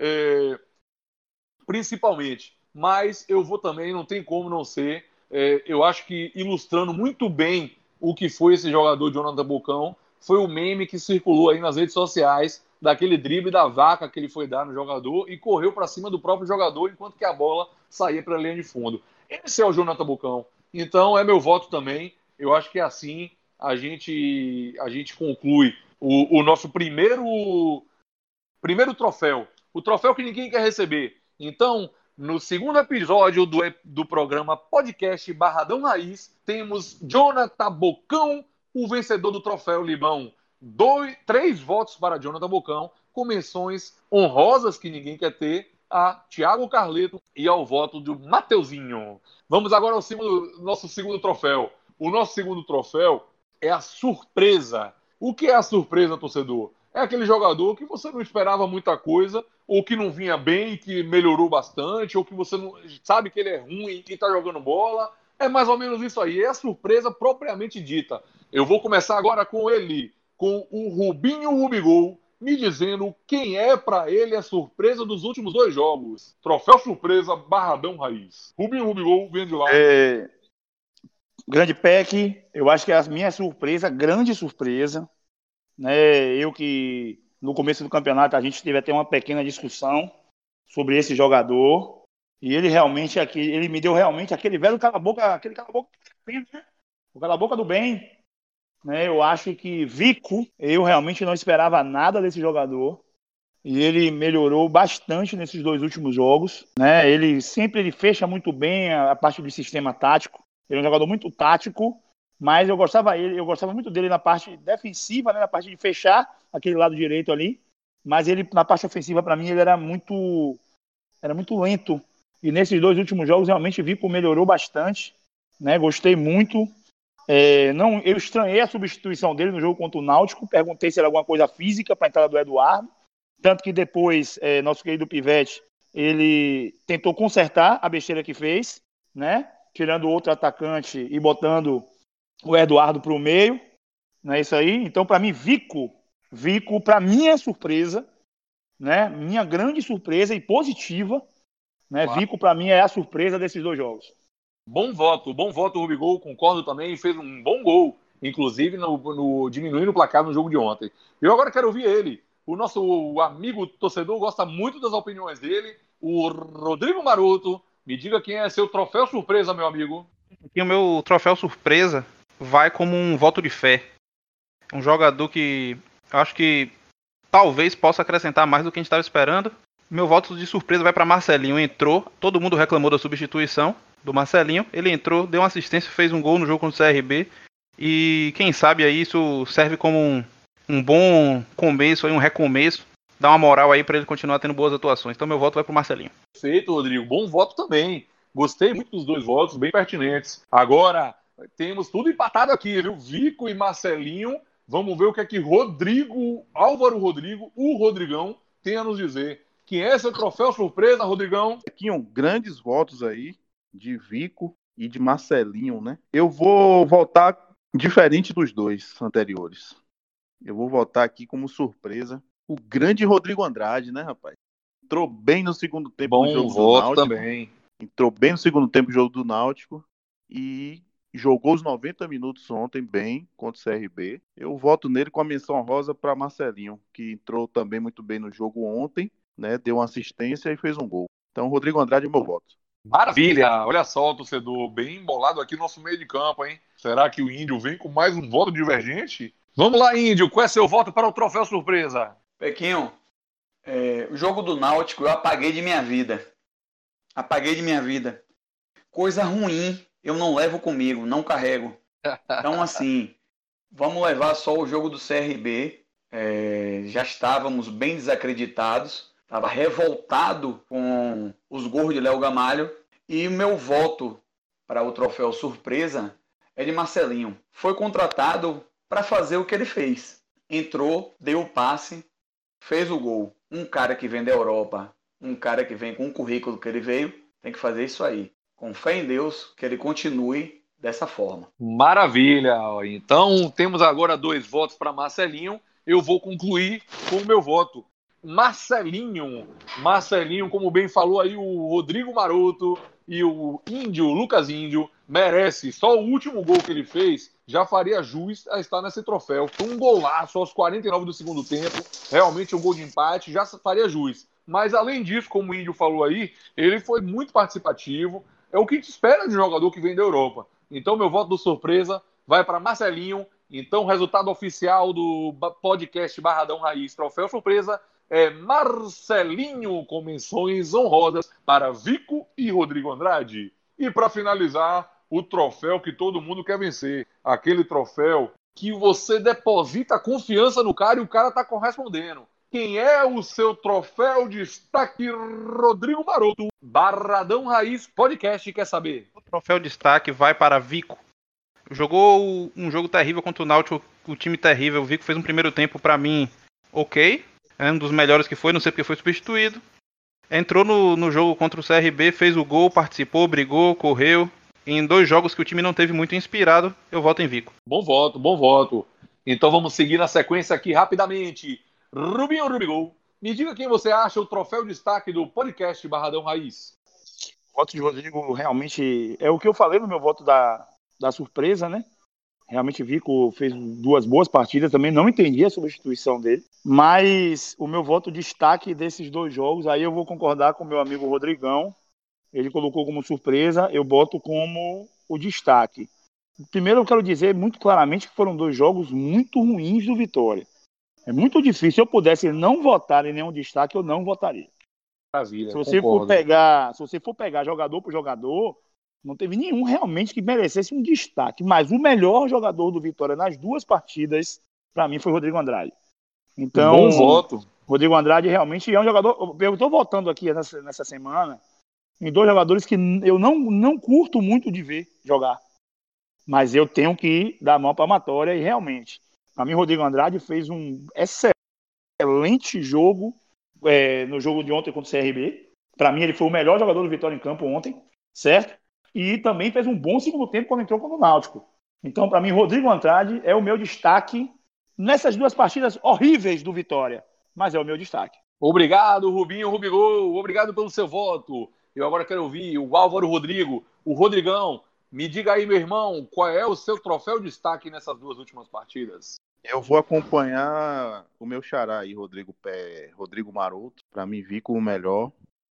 B: principalmente. Mas eu vou também, não tem como não ser. Eu acho que ilustrando muito bem o que foi esse jogador Jonathan Bocão, foi o meme que circulou aí nas redes sociais daquele drible da vaca que ele foi dar no jogador e correu para cima do próprio jogador enquanto que a bola saía para a linha de fundo. Esse é o Jonathan Bocão. Então é meu voto também. Eu acho que assim a gente conclui o nosso primeiro troféu. O troféu que ninguém quer receber. Então, no segundo episódio do programa Podcast Barradão Raiz, temos Jonathan Bocão, o vencedor do troféu Limão. 3 votos para Jonathan Bocão, com menções honrosas que ninguém quer ter, a Thiago Carleto e ao voto do Mateuzinho. Vamos agora ao nosso segundo troféu. O nosso segundo troféu é a surpresa. O que é a surpresa, torcedor? É aquele jogador que você não esperava muita coisa, ou que não vinha bem, que melhorou bastante, ou que você não sabe que ele é ruim e está jogando bola. É mais ou menos isso aí. É a surpresa propriamente dita. Eu vou começar agora com ele, com o Rubinho Rubigol, me dizendo quem é para ele a surpresa dos últimos 2 jogos. Troféu surpresa Barradão Raiz. Rubinho Rubigol, vem de lá.
F: Grande Peck, eu acho que é a minha surpresa, grande surpresa, né? Eu que no começo do campeonato a gente teve até uma pequena discussão sobre esse jogador, e ele realmente aqui, ele me deu realmente aquele velho cala-boca, né? O cala-boca do bem. Né, eu acho que Vico, eu realmente não esperava nada desse jogador e ele melhorou bastante nesses 2 últimos jogos. Né, ele fecha muito bem a parte do sistema tático. Ele é um jogador muito tático, mas eu gostava muito dele na parte defensiva, né, na parte de fechar aquele lado direito ali. Mas ele na parte ofensiva, para mim, ele era muito lento. E nesses 2 últimos jogos realmente Vico melhorou bastante. Né, gostei muito. Eu estranhei a substituição dele no jogo contra o Náutico, perguntei se era alguma coisa física para a entrada do Eduardo, tanto que depois nosso querido Pivete, ele tentou consertar a besteira que fez, né? Tirando outro atacante e botando o Eduardo para o meio, não é isso aí? Então, para mim, Vico, para minha surpresa, né? Minha grande surpresa e positiva, né?
B: Claro.
F: Vico, para mim, é a surpresa desses 2 jogos.
B: Bom voto, Rubigol, concordo também, fez um bom gol, inclusive diminuindo o placar no jogo de ontem. Eu agora quero ouvir ele, o nosso amigo torcedor gosta muito das opiniões dele, o Rodrigo Maroto. Me diga quem é seu troféu surpresa, meu amigo.
C: E o meu troféu surpresa vai como um voto de fé. Um jogador que eu acho que talvez possa acrescentar mais do que a gente estava esperando. Meu voto de surpresa vai para Marcelinho. Entrou, todo mundo reclamou da substituição do Marcelinho. Ele entrou, deu uma assistência, fez um gol no jogo contra o CRB. E quem sabe aí isso serve como um bom começo, aí, um recomeço. Dá uma moral aí para ele continuar tendo boas atuações. Então meu voto vai pro Marcelinho.
B: Perfeito, Rodrigo. Bom voto também. Gostei muito dos 2 votos, bem pertinentes. Agora, temos tudo empatado aqui, viu? Vico e Marcelinho. Vamos ver o que é que Álvaro Rodrigo, o Rodrigão, tem a nos dizer. Quem é seu troféu surpresa, Rodrigão?
D: Aqui, grandes votos aí de Vico e de Marcelinho, né? Eu vou votar diferente dos 2 anteriores. Eu vou votar aqui como surpresa o grande Rodrigo Andrade, né, rapaz? entrou bem no segundo tempo do
B: Bom
D: jogo do
B: voto
D: Náutico.
B: também.
D: Entrou bem no segundo tempo do jogo do Náutico e jogou os 90 minutos ontem bem contra o CRB. Eu voto nele com a menção rosa para Marcelinho, que entrou também muito bem no jogo ontem, né? Deu uma assistência e fez um gol. Então, Rodrigo Andrade é meu voto.
B: Maravilha! Olha só, torcedor, bem embolado aqui no nosso meio de campo, hein? Será que o Índio vem com mais um voto divergente? Vamos lá, Índio, qual é seu voto para o troféu surpresa?
E: Pequinho, o jogo do Náutico eu apaguei de minha vida. Apaguei de minha vida. Coisa ruim eu não levo comigo, não carrego. Então, assim, vamos levar só o jogo do CRB. Já estávamos bem desacreditados. Estava revoltado com os gols de Léo Gamalho. E o meu voto para o troféu surpresa é de Marcelinho. Foi contratado para fazer o que ele fez. Entrou, deu o passe, fez o gol. Um cara que vem da Europa, um cara que vem com o currículo que ele veio, tem que fazer isso aí. Com fé em Deus, que ele continue dessa forma.
B: Maravilha! Então, temos agora 2 votos para Marcelinho. Eu vou concluir com o meu voto. Marcelinho, como bem falou aí o Rodrigo Maroto e o Índio, Lucas Índio, merece. Só o último gol que ele fez já faria jus a estar nesse troféu. Foi um golaço aos 49 do segundo tempo. Realmente um gol de empate, já faria jus. Mas além disso, como o Índio falou aí, ele foi muito participativo. É o que a gente espera de um jogador que vem da Europa. Então, meu voto do surpresa vai para Marcelinho. Então, o resultado oficial do podcast Barradão Raiz Troféu Surpresa é Marcelinho, com menções honrosas para Vico e Rodrigo Andrade. E para finalizar, o troféu que todo mundo quer vencer. Aquele troféu que você deposita confiança no cara e o cara está correspondendo. Quem é o seu troféu de destaque, Rodrigo Maroto? Barradão Raiz Podcast quer saber.
C: O troféu de destaque vai para Vico. Jogou um jogo terrível contra o Náutico, o time terrível. O Vico fez um primeiro tempo, para mim, ok. É um dos melhores que foi, não sei porque foi substituído. Entrou no jogo contra o CRB, fez o gol, participou, brigou, correu. Em 2 jogos que o time não teve muito inspirado, eu voto em Vico.
B: Bom voto, bom voto. Então vamos seguir na sequência aqui rapidamente. Rubinho Rubigol, me diga quem você acha o troféu de destaque do podcast Barradão Raiz.
F: O voto de Rodrigo realmente é o que eu falei no meu voto da surpresa, né? Realmente o Vico fez 2 boas partidas, também não entendi a substituição dele, mas o meu voto de destaque desses 2 jogos, aí eu vou concordar com o meu amigo Rodrigão, ele colocou como surpresa, eu boto como o destaque. Primeiro eu quero dizer muito claramente que foram 2 jogos muito ruins do Vitória. É muito difícil, se eu pudesse não votar em nenhum destaque, eu não votaria.
B: Maravilha,
F: se você for pegar jogador por jogador, não teve nenhum realmente que merecesse um destaque. Mas o melhor jogador do Vitória nas 2 partidas, para mim, foi o Rodrigo Andrade. Então,
B: bom voto.
F: Rodrigo Andrade realmente é um jogador... Eu estou voltando aqui nessa semana em 2 jogadores que eu não curto muito de ver jogar. Mas eu tenho que dar a mão para a Amatória e realmente, para mim, o Rodrigo Andrade fez um excelente jogo no jogo de ontem contra o CRB. Para mim, ele foi o melhor jogador do Vitória em campo ontem, certo? E também fez um bom segundo tempo quando entrou contra o Náutico. Então, para mim, Rodrigo Andrade é o meu destaque nessas 2 partidas horríveis do Vitória. Mas é o meu destaque.
B: Obrigado, Rubinho Rubigol. Obrigado pelo seu voto. Eu agora quero ouvir o Álvaro Rodrigo, o Rodrigão. Me diga aí, meu irmão, qual é o seu troféu de destaque nessas 2 últimas partidas?
D: Eu vou acompanhar o meu xará aí, Rodrigo Maroto. Para mim, Vico o melhor.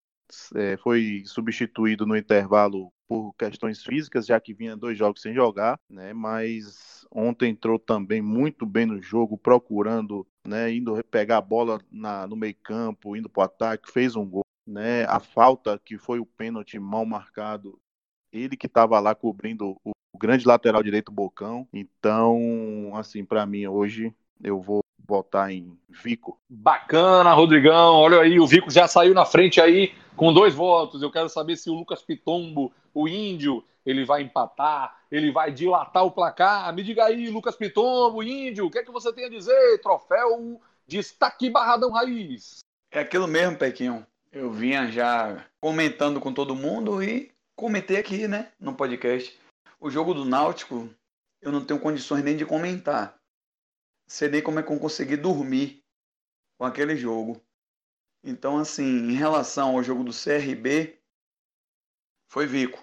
D: Foi substituído no intervalo por questões físicas, já que vinha 2 jogos sem jogar, né? Mas ontem entrou também muito bem no jogo, procurando, né? Indo pegar a bola no meio campo, indo para o ataque, fez um gol, né? A falta que foi o pênalti mal marcado, ele que estava lá cobrindo o grande lateral direito Bocão. Então, assim, para mim hoje eu vou votar em Vico.
B: Bacana, Rodrigão. Olha aí, o Vico já saiu na frente aí com 2 votos. Eu quero saber se o Lucas Pitombo, o Índio, ele vai empatar, ele vai dilatar o placar. Me diga aí, Lucas Pitombo, Índio, o que é que você tem a dizer? Troféu destaque Barradão Raiz.
E: É aquilo mesmo, Pequinho. Eu vinha já comentando com todo mundo e comentei aqui, né, no podcast. O jogo do Náutico, eu não tenho condições nem de comentar. Sei nem como é que eu consegui dormir com aquele jogo. Então, assim, em relação ao jogo do CRB, foi Vico.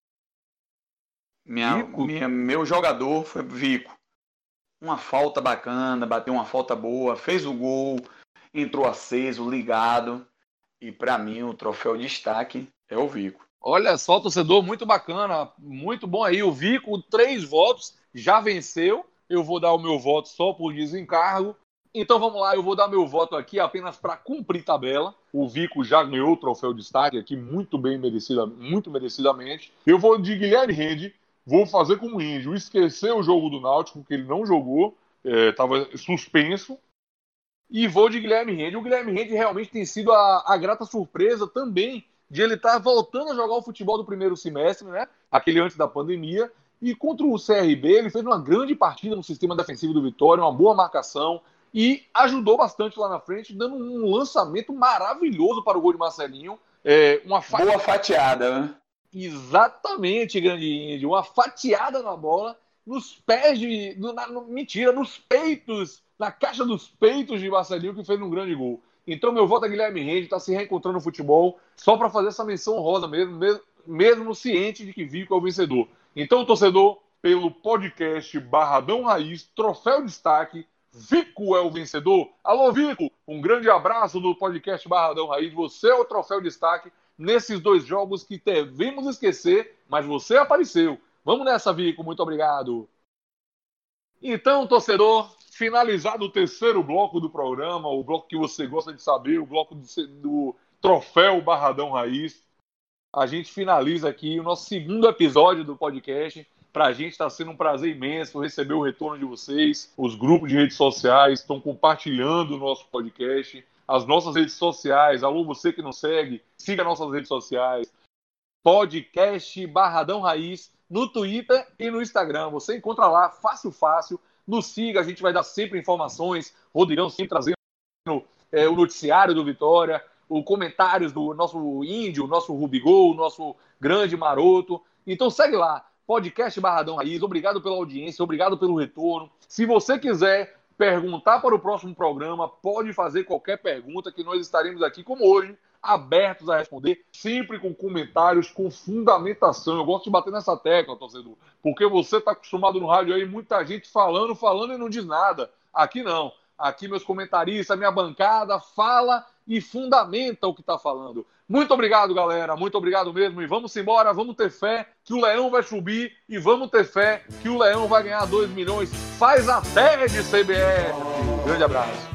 E: Meu jogador foi Vico. Uma falta bacana, bateu uma falta boa, fez o gol, entrou aceso, ligado. E para mim o troféu destaque é o Vico.
B: Olha só, torcedor, muito bacana, muito bom aí. O Vico, 3 votos, já venceu. Eu vou dar o meu voto só por desencargo. Então vamos lá, eu vou dar meu voto aqui apenas para cumprir tabela. O Vico já ganhou o troféu destaque aqui muito merecidamente. Eu vou de Guilherme Rende, vou fazer como o Índio, esquecer o jogo do Náutico, que ele não jogou, estava suspenso. E vou de Guilherme Rende. O Guilherme Rende realmente tem sido a grata surpresa também de ele estar voltando a jogar o futebol do primeiro semestre, né? Aquele antes da pandemia. E contra o CRB, ele fez uma grande partida no sistema defensivo do Vitória, uma boa marcação e ajudou bastante lá na frente, dando um lançamento maravilhoso para o gol de Marcelinho.
E: Boa fatiada, né?
B: Exatamente, grande Índio. Uma fatiada na bola, nos pés nos peitos, na caixa dos peitos de Marcelinho, que fez um grande gol. Então, meu voto é Guilherme Rende, está se reencontrando no futebol, só para fazer essa menção honrosa mesmo ciente de que Vico é o vencedor. Então, torcedor, pelo podcast Barradão Raiz, troféu destaque, Vico é o vencedor. Alô, Vico, um grande abraço do podcast Barradão Raiz. Você é o troféu destaque nesses 2 jogos que devemos esquecer, mas você apareceu. Vamos nessa, Vico, muito obrigado. Então, torcedor, finalizado o 3º bloco do programa, o bloco que você gosta de saber, o bloco do troféu Barradão Raiz, a gente finaliza aqui o nosso 2º episódio do podcast. Para a gente está sendo um prazer imenso receber o retorno de vocês. Os grupos de redes sociais estão compartilhando o nosso podcast. As nossas redes sociais, alô, você que não segue, siga nossas redes sociais. Podcast Barradão Raiz no Twitter e no Instagram. Você encontra lá, fácil. Nos siga, a gente vai dar sempre informações. Rodrigão sempre trazendo o noticiário do Vitória, os comentários do nosso Índio, nosso Rubigol, nosso grande Maroto. Então segue lá, podcast Barradão Raiz. Obrigado pela audiência, obrigado pelo retorno. Se você quiser perguntar para o próximo programa, pode fazer qualquer pergunta que nós estaremos aqui, como hoje, abertos a responder, sempre com comentários, com fundamentação. Eu gosto de bater nessa tecla, torcedor, porque você está acostumado no rádio aí, muita gente falando e não diz nada. Aqui não. Aqui meus comentaristas, minha bancada, fala e fundamenta o que está falando. Muito obrigado, galera. Muito obrigado mesmo. E vamos embora, vamos ter fé que o Leão vai subir e vamos ter fé que o Leão vai ganhar 2 milhões. Faz até de CBF. Grande abraço.